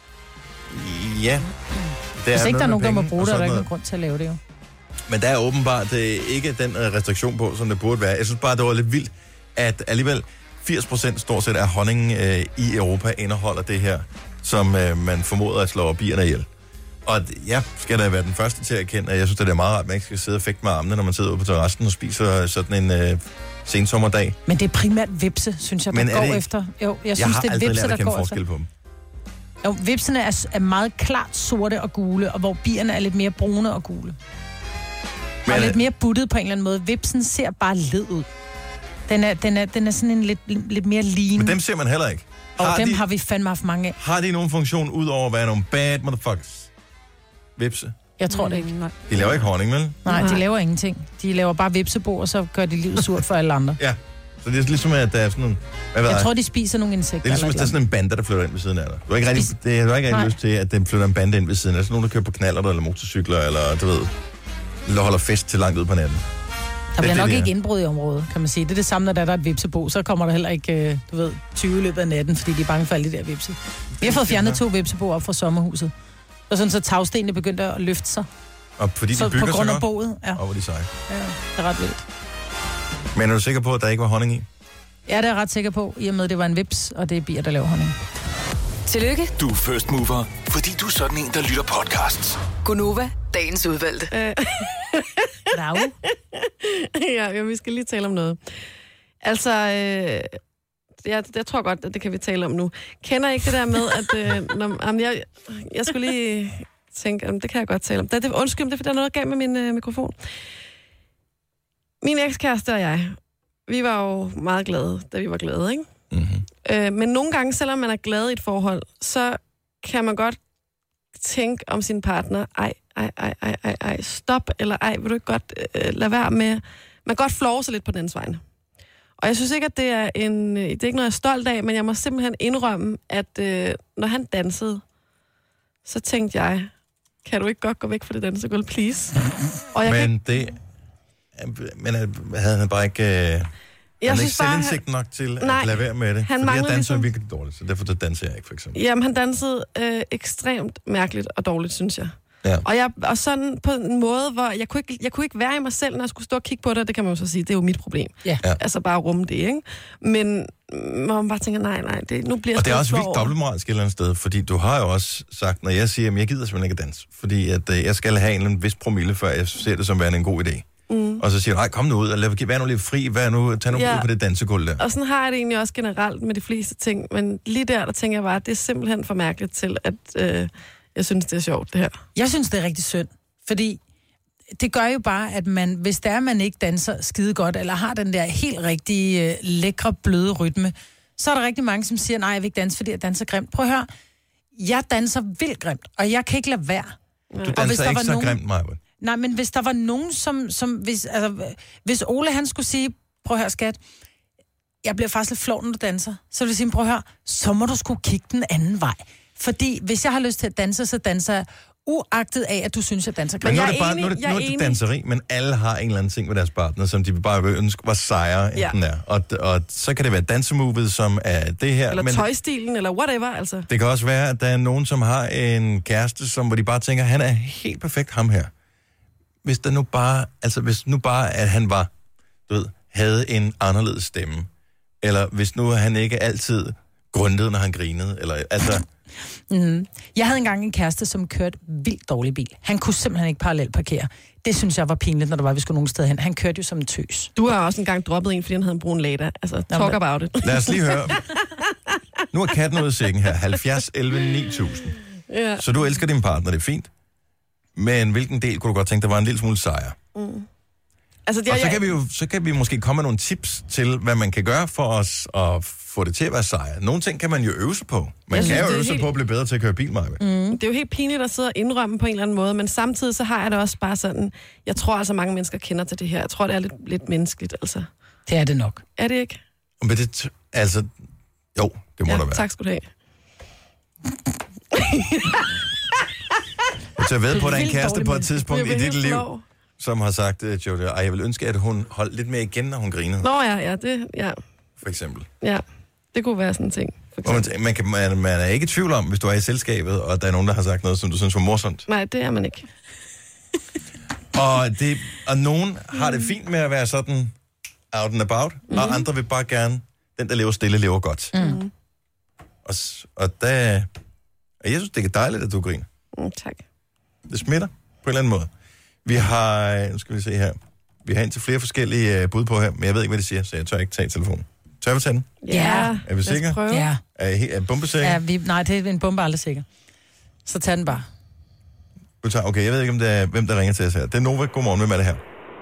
Ja. Hvis ikke der er nogen, der må bruge det, er der ikke noget. nogen grund til at lave det jo. Men der er åbenbart øh, ikke den øh, restriktion på, som det burde være. Jeg synes bare, det var lidt vildt, at alligevel firs procent stort set af honningen øh, i Europa indeholder det her, som øh, man formoder at slå bierne ihjel. Og jeg skal da være den første til at erkende, at jeg synes, at det er meget rart, at man ikke skal sidde og fægte med armene, når man sidder ude på terrassen og spiser sådan en øh, sensommerdag. Men det er primært vipse, synes jeg, der Men går det... efter. Jo, jeg, jeg synes, har det er aldrig vipse, lært at der kende går forskel efter. på dem. Jo, vipsene er, er meget klart sorte og gule, og hvor bierne er lidt mere brune og gule. Men, og lidt mere buttet på en eller anden måde. Vipsen ser bare led ud. Den er, den er, den er sådan en lidt, lidt mere lean. Men dem ser man heller ikke. Og har dem de, har vi fandme haft mange af. Har de nogen funktion ud over at være nogle bad motherfuckers? Vipse? Jeg tror det ikke. Nej. De laver ikke honning, vel? Nej, de laver ingenting. De laver bare vipsebo, og så gør de livet surt for alle andre. Ja, så det er ligesom, at der er sådan nogle... Hvad ved Jeg jeg? tror, de spiser nogle insekter. Det er ligesom, at der er sådan en bande, der flytter ind ved siden af dig. Du har ikke rigtig, det, du har ikke rigtig lyst til, at den flytter en bande ind ved siden af dig. Sådan nogen, der kører på knaller eller motorcykler, eller du ved, eller holder fest til langt ud på natten. Der bliver det, nok det ikke indbrud i området, kan man sige. Det er det samme, når der er et vipsebo. Så kommer der heller ikke, du ved, tyve løbet af natten, fordi de er bange for alle de der vipse. Vi har fået fjernet to vipseboer op fra sommerhuset. Og sådan så tagstenene begyndte at løfte sig. Og fordi de så bygger på grund så af boet, ja. Og hvor de seje. Ja, det er ret vildt. Men er du sikker på, at der ikke var honning i? Ja, det er jeg ret sikker på, i og med, at det var en vips, og det er bier, der laver honning. Tillykke, Du er first mover, fordi du er sådan en, der lytter podcasts. Gunova, dagens udvalgte. Bravo. Ja, ja, vi skal lige tale om noget. Altså, øh, jeg, jeg tror godt, at det kan vi tale om nu. Kender ikke det der med, at... Øh, når, jamen, jeg, jeg skulle lige tænke, jamen, det kan jeg godt tale om. Det, det, undskyld, det er, fordi der er noget galt med min øh, mikrofon. Min ekskæreste og jeg, vi var jo meget glade, da vi var glade, ikke? Mm-hmm. Øh, men nogle gange, selvom man er glad i et forhold, så kan man godt tænke om sin partner, ej, ej, ej, ej, ej, ej, stop, eller ej, vil du ikke godt øh, lade være med... Man kan godt flove sig lidt på dens vegne. Og jeg synes ikke, at det er en... Det er ikke noget, jeg er stolt af, men jeg må simpelthen indrømme, at øh, når han dansede, så tænkte jeg, kan du ikke godt gå væk fra det dansegulv, please? Og jeg Men kan... det... Men havde han bare ikke... Øh... Jeg han er ikke selvindsigt nok til nej, at lade være med det. Han fordi jeg danser ligesom... virkelig dårligt, så derfor så danser jeg ikke, for eksempel. Jamen, han dansede øh, ekstremt mærkeligt og dårligt, synes jeg. Ja. Og, jeg, og sådan på en måde, hvor jeg kunne, ikke, jeg kunne ikke være i mig selv, når jeg skulle stå og kigge på det, det kan man jo så sige, det er jo mit problem. Ja. Altså bare rumme det, ikke? Men man bare tænker, nej, nej, det, nu bliver jeg... Og det er også vildt dobbeltmoralsk et eller andet sted, fordi du har jo også sagt, når jeg siger, at jeg gider simpelthen ikke at danse, fordi at, øh, jeg skal have en eller anden vis promille, før jeg ser det som værende en god idé. Mm. Og så siger du, nej, kom nu ud, og lad, vær nu lidt fri, vær nu, tag nu ja. ud på det dansegulv der. Og sådan har jeg det egentlig også generelt med de fleste ting, men lige der, der tænker jeg bare, at det er simpelthen for mærkeligt til, at øh, jeg synes, det er sjovt, det her. Jeg synes, det er rigtig synd, fordi det gør jo bare, at man, hvis der man ikke danser skide godt, eller har den der helt rigtige, øh, lækre, bløde rytme, så er der rigtig mange, som siger, nej, jeg vil ikke danse, fordi jeg danser grimt. Prøv at høre, jeg danser vildt grimt, og jeg kan ikke lade være. Du danser og hvis der ikke var så nogen... grimt, Maja. Nej, men hvis der var nogen, som... som hvis, altså, hvis Ole, han skulle sige, prøv at høre, skat, jeg bliver faktisk lidt flov, når du danser. Så vil jeg sige, prøv at høre, så må du sgu kigge den anden vej. Fordi hvis jeg har lyst til at danse, så danser jeg uagtet af, at du synes, jeg danser. Men nu er det bare nu er det, nu er det danseri, men alle har en eller anden ting med deres partner, som de bare vil ønske var sejere, end ja. den er. Og, og så kan det være dansemovet, som er det her. Eller men tøjstilen, eller whatever, altså. Det kan også være, at der er nogen, som har en kæreste, som, hvor de bare tænker, han er helt perfekt, ham her. Hvis der nu bare, altså hvis nu bare, at han var, du ved, havde en anderledes stemme, eller hvis nu han ikke altid grundede, når han grinede, eller altså... Mm. Jeg havde engang en kæreste, som kørte vildt dårlig bil. Han kunne simpelthen ikke parallelt parkere. Det synes jeg var pinligt, når der var, vi skulle nogen steder hen. Han kørte jo som en tøs. Du har også engang droppet en, fordi han havde en brun Lada. Altså, talk Nå, about it. Lad os lige høre. Nu er katten ude af sækken her. halvfjerds elleve ni tusind. Ja. Så du elsker din partner, det er fint. Men hvilken del kunne du godt tænke, der var en lille smule sejr? Mm. Altså, det er, og så kan, vi jo, så kan vi måske komme med nogle tips til, hvad man kan gøre for os at få det til at være sejr. Nogle ting kan man jo øve sig på. Man jeg kan synes, jo øve sig helt... på at blive bedre til at køre bil, Maja. Mm. Det er jo helt pinligt at sidde og indrømme på en eller anden måde, men samtidig så har jeg det også bare sådan, jeg tror altså mange mennesker kender til det her. Jeg tror, det er lidt, lidt menneskeligt, altså. Det er det nok. Er det ikke? Men det, altså, jo, det må ja, der være. Tak skal du have. Jeg ved på, at der er en kæreste på et tidspunkt i dit liv, flov. Som har sagt, uh, Jojo, jeg vil ønske, at hun holdt lidt mere igen, når hun grinede. Nå ja, ja, det, ja. For eksempel. Ja, det kunne være sådan en ting. Man, man, kan, man, man er ikke i tvivl om, hvis du er i selskabet, og der er nogen, der har sagt noget, som du synes var morsomt. Nej, det er man ikke. og, det, og nogen har det fint med at være sådan out and about, mm. og andre vil bare gerne, den der lever stille, lever godt. Mm. Og, og, der, og jeg synes, det er dejligt, at du griner. Mm, tak. Det smitter på en eller anden måde. Vi har, nu skal vi se her, vi har indtil flere forskellige uh, bud på her, men jeg ved ikke, hvad det siger, så jeg tør ikke tage telefonen. Tør vi tage den? Ja. Er vi sikre? Ja. Er, I, er bombesikker? Ja, vi, nej, det er en bombe aldrig sikker. Så tag den bare. Du tager, okay, jeg ved ikke, om det er, hvem der ringer til os her. Det er Nova. Godmorgen, hvem er det her?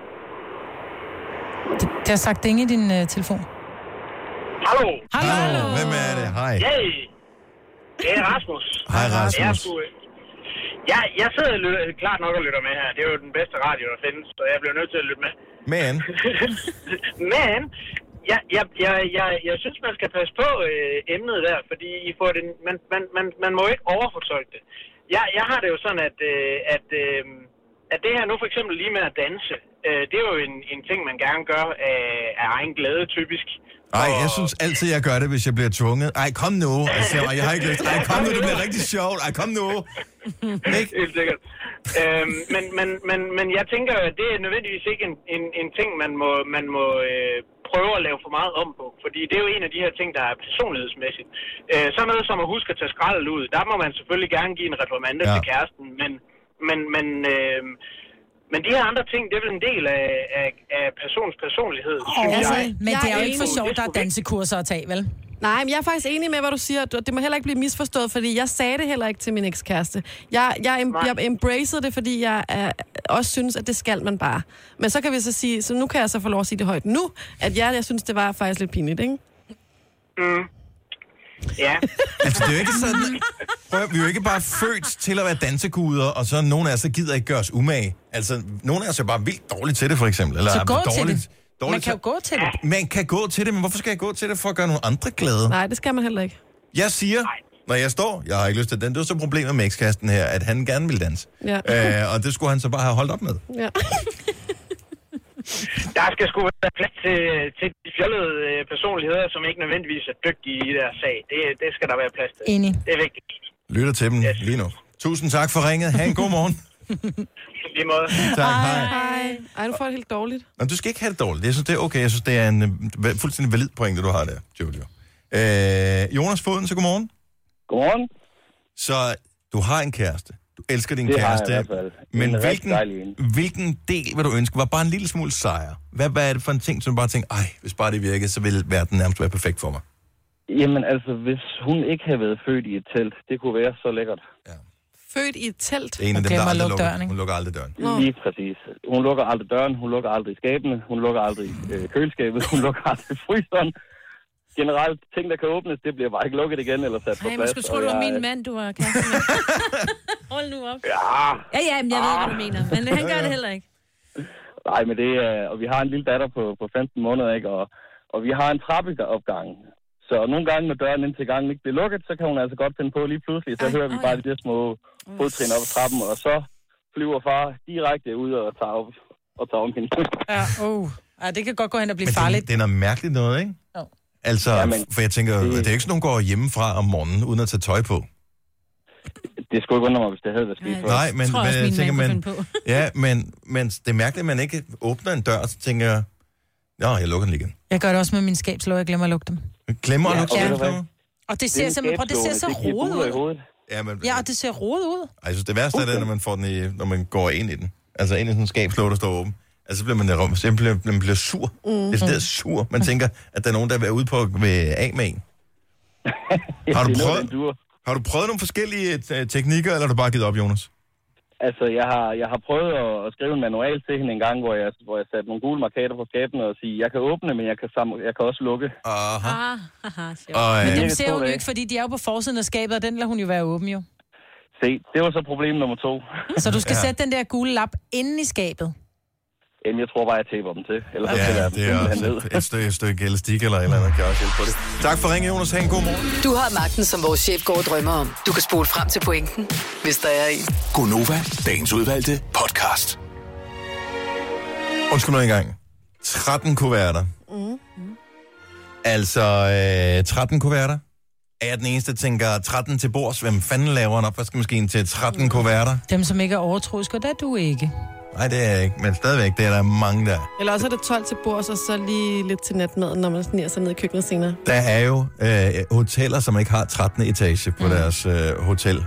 Det, det har sagt ding i din uh, telefon. Hallo. Hallo. Hallo. Hvem er det? Hej. Hey. Det er Rasmus. Hej, Rasmus. Jeg, skulle, jeg, jeg sidder lø- klart nok og lytter med her. Det er jo den bedste radio, der findes, så jeg bliver nødt til at lytte med. Men? Men, jeg, jeg, jeg, jeg, jeg synes, man skal passe på øh, emnet der, fordi I får det, man, man, man, man må ikke overfortolke det. Jeg, jeg har det jo sådan, at, øh, at, øh, at det her nu for eksempel lige med at danse, øh, det er jo en, en ting, man gerne gør af, af egen glæde, typisk. Ej, jeg synes altid, jeg gør det, hvis jeg bliver tvunget. Ej, kom nu. Altså, jeg har ikke lyst. Ej, kom nu, det bliver rigtig sjovt. Ej, kom nu. Ikke? Helt sikkert. Øhm, men, men, men, men jeg tænker, at det er nødvendigvis ikke en, en, en ting, man må, man må øh, prøve at lave for meget om på. Fordi det er jo en af de her ting, der er personlighedsmæssigt. Øh, så noget som at huske at tage skraldet ud. Der må man selvfølgelig gerne give en reprimande ja. til kæresten. Men, men, men, øh, men de her andre ting, det er vel en del af, af, af persons personlighed, oh, synes altså, jeg. Men det er jo ikke for sjovt, der er dansekurser at tage, vel? Nej, men jeg er faktisk enig med, hvad du siger. Det må heller ikke blive misforstået, fordi jeg sagde det heller ikke til min ekskæreste. Jeg, jeg, em- jeg embracede det, fordi jeg er, også synes, at det skal man bare. Men så kan vi så sige, så nu kan jeg så få lov at sige det højt nu, at jeg, jeg synes, det var faktisk lidt pinligt, ikke? Mm. Ja. Altså, det er jo ikke sådan... Prøv, vi er jo ikke bare født til at være dansekuder, og så nogen af os, der gider ikke gøre os umage. Altså, nogle af os er bare vildt dårligt til det, for eksempel. Eller så gå dårligt, til det. Dårligt man kan jo gå til det. Man kan gå til det, men hvorfor skal jeg gå til det for at gøre nogle andre glade? Nej, det skal man heller ikke. Jeg siger, når jeg står, jeg har ikke lyst til den. Det var så problemet med ekskasten her, at han gerne ville danse. Ja. Øh, og det skulle han så bare have holdt op med. Ja. Der skal sgu være plads til, til de fjollede personligheder, som ikke nødvendigvis er dygtige i deres sag. Det, det skal der være plads til. Enig. Det er vigtigt. Lytter til dem yes. lige nu. Tusind tak for ringet. Ha' en god morgen. Lige måde. Tak, hej. Hej. Ej, du får det helt dårligt. Men du skal ikke have det dårligt. Jeg synes, det er okay. Jeg synes, det er en uh, fuldstændig valid pointe, du har der, Jojo. Øh, Jonas Foden, så godmorgen. Godmorgen. Så du har en kæreste. Du elsker din det kæreste. Har jeg i hvert fald. Men hvilken, hvilken del vil du ønske var bare en lille smule sejr? Hvad, hvad er det for en ting, som du bare tænker, ej, hvis bare det virkede, så ville verden nærmest være perfekt for mig? Jamen altså, hvis hun ikke havde været født i et telt, det kunne være så lækkert. Ja. Født i et telt? Det er en af dem, der aldrig lukker døren, hun lukker aldrig døren. Nå. Lige præcis. Hun lukker aldrig døren, hun lukker aldrig skabene, hun lukker aldrig øh, køleskabet, hun lukker aldrig fryseren. Generelt, ting, der kan åbnes, det bliver bare ikke lukket igen eller sat på plads. Nej, man skulle tro, du var min mand, du var kæreste med. Hold nu op. Ja. Ja, ja, men jeg ved, hvad du mener. Men han gør det heller ikke. Nej, men det er... Og vi har en lille datter på, på femten måneder, ikke? Og, Og vi har en trappeopgang. Så nogle gange, når døren ind til gangen ikke bliver lukket, så kan hun altså godt finde på lige pludselig. Så Ej, hører vi bare de der små fodtrin op ad trappen, og så flyver far direkte ud og tager op, og tager om hende. Ja, oh. Ja, det kan godt gå hen og blive Men farligt. Det, det er noget mærkeligt noget, ikke? Jo. Altså, ja, men, for jeg tænker, det, det er ikke sådan, nogen går hjemmefra om morgenen, uden at tage tøj på. Det skulle ikke undre mig, hvis det havde været skidt. Nej, men, men jeg, jeg tænker, man, ja, men, men det er mærkeligt, at man ikke åbner en dør, og så tænker jeg, nå, jeg lukker den igen. Jeg gør det også med min skabslåge, jeg glemmer at lukke dem. Glemmer at ja, lukke skabslåge? Ja. Og det ser simpelthen, prøv, det ser så rodet ud. Ja, men, ja, og det ser rodet ud. Ej, jeg synes, det værste er det, når man får den i, når man går ind i den. Altså ind i sådan en skabslåge, der står åben. Altså, så bliver man, så bliver, man bliver sur. Mm. Det er sådan der sur. Man tænker, at der er nogen, der vil ude på ved af med en. Har du prøvet, har du prøvet nogle forskellige teknikker, eller har du bare givet op, Jonas? Altså, jeg har, jeg har prøvet at, at skrive en manual til hende en gang, hvor jeg, hvor jeg satte nogle gule markader på skabene og sige, jeg kan åbne, men jeg kan, sammen, jeg kan også lukke. Aha. Ah, haha, og, men dem ser hun jo ikke, fordi de er jo på forsiden af skabet, og den lader hun jo være åben jo. Se, det var så problem nummer to. Så du skal ja. sætte den der gule lap inde i skabet? Jamen, jeg tror bare, jeg taber dem til. Ellers ja, så jeg det er også et, et stykke, et stykke elastik eller et eller andet, kan også hjælpe på det. Tak for ringen, Jonas. Ha' en god morgen. Du har magten, som vores chef går og drømmer om. Du kan spole frem til pointen, hvis der er en. Gonova, dagens udvalgte podcast. Undskyld nu engang. tretten kuverter. Mm. Altså, øh, tretten kuverter. Er jeg den eneste, der tænker tretten til bords? Hvem fanden laver en opvaskemaskine til tretten kuverter? Dem, som ikke er overtroiske, det er du ikke. Nej, det er jeg ikke, men stadigvæk, det er der mange der. Eller også er det tolv til bords, og så lige lidt til natmaden, når man sniger sig ned i køkkenet senere. Der er jo øh, hoteller, som ikke har trettende etage på mm. deres øh, hotel.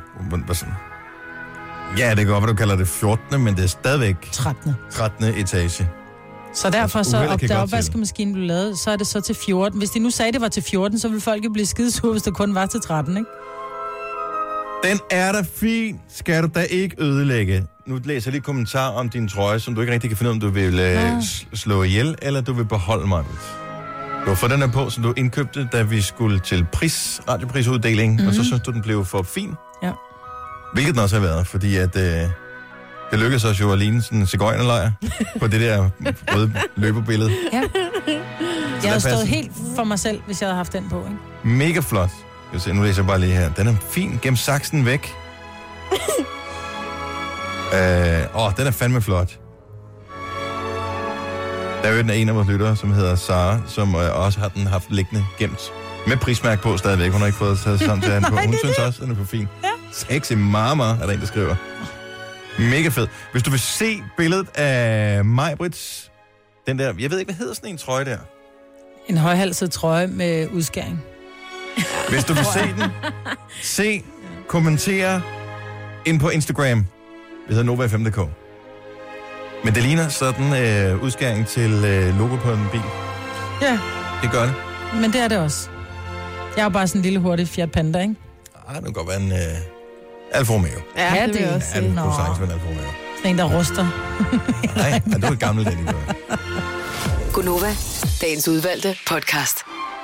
Ja, det kan godt, hvad du kalder det fjortende, men det er stadigvæk trettende trettende etage. Så derfor, så op, da opvaskemaskinen blev lavet, så er det så til fjorten. Hvis de nu sagde, det var til fjorten, så ville folk jo blive skidesure, hvis det kun var til tretten, ikke? Den er da fin. Skal du da ikke ødelægge? Nu læser jeg lige kommentar om din trøje, som du ikke rigtig kan finde ud af, om du vil øh, slå ihjel, eller du vil beholde mig. Du har fået den her på, som du indkøbte, da vi skulle til pris, radioprisuddeling, mm-hmm. og så synes du, den blev for fin. Ja. Hvilket den også har været, fordi at, øh, det lykkedes os jo at ligne sådan en cigøjnerlejr på det der røde løberbillede. Ja. Jeg havde stået helt for mig selv, hvis jeg havde haft den på, ikke? Mega flot. Se, nu læser jeg bare lige her. Den er fin. Gem saksen væk. øh, åh, den er fandme flot. Der er jo en af vores lyttere, som hedder Sara, som øh, også har den haft liggende gemt. Med prismærke på stadigvæk. Hun har ikke fået taget sammen til den på. Hun synes det. også, den er for fin. Ja. Sexy mama, er der en, der skriver. Mega fed. Hvis du vil se billedet af Maj-Brits, den der, jeg ved ikke, hvad hedder sådan en trøje der? En højhalset trøje med udskæring. Hvis du vil se den, se, kommentere ind på Instagram. Det hedder Nova F M punktum d k. Men det ligner sådan øh, udskæring til øh, logo på en bil. Ja. Det gør det. Men det er det også. Jeg er jo bare sådan en lille hurtig Fiat Panda, ikke? Ej, det kan godt være en øh, Alfa Romeo. Ja, ja det, det vil jeg også sige. Ja, det kunne sagtens være en Alfa Romeo. Sådan en, der ruster. Nej, det er et gammelt, det de gør. Gonova, dagens udvalgte podcast.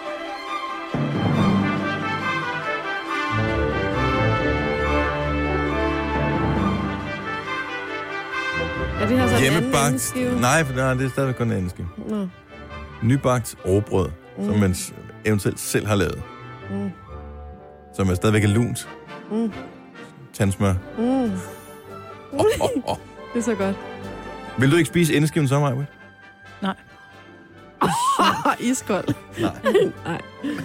Er det her så hjemmebagt? Nej, for nej, det er stadigvæk kun en anden skive. Nå. Nybagt råbrød, mm. som man eventuelt selv har lavet. Mm. Som er stadigvæk er lunt. Mm. Tandsmør. Mm. Oh, oh, oh. Det er så godt. Vil du ikke spise endeskiven så, Maja? Nej. Iskold. Nej. Nej.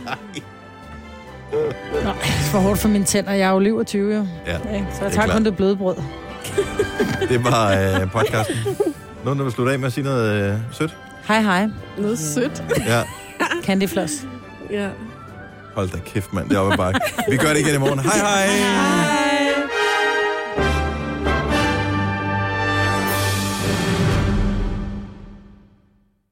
Nej, det er for hårdt for mine tænder. Jeg er jo liv af tyve, jo. Ja, ja, så jeg tager kun det bløde brød. Det var øh, podcasten. Nogen, der vil slutte af med at sige noget øh, sødt? Hej, hej. Noget sødt? Ja. Candy Floss. Ja. Hold da kæft, mand. Det er oppe ad bakke. Vi gør det igen i morgen. Hej, hej. Hej.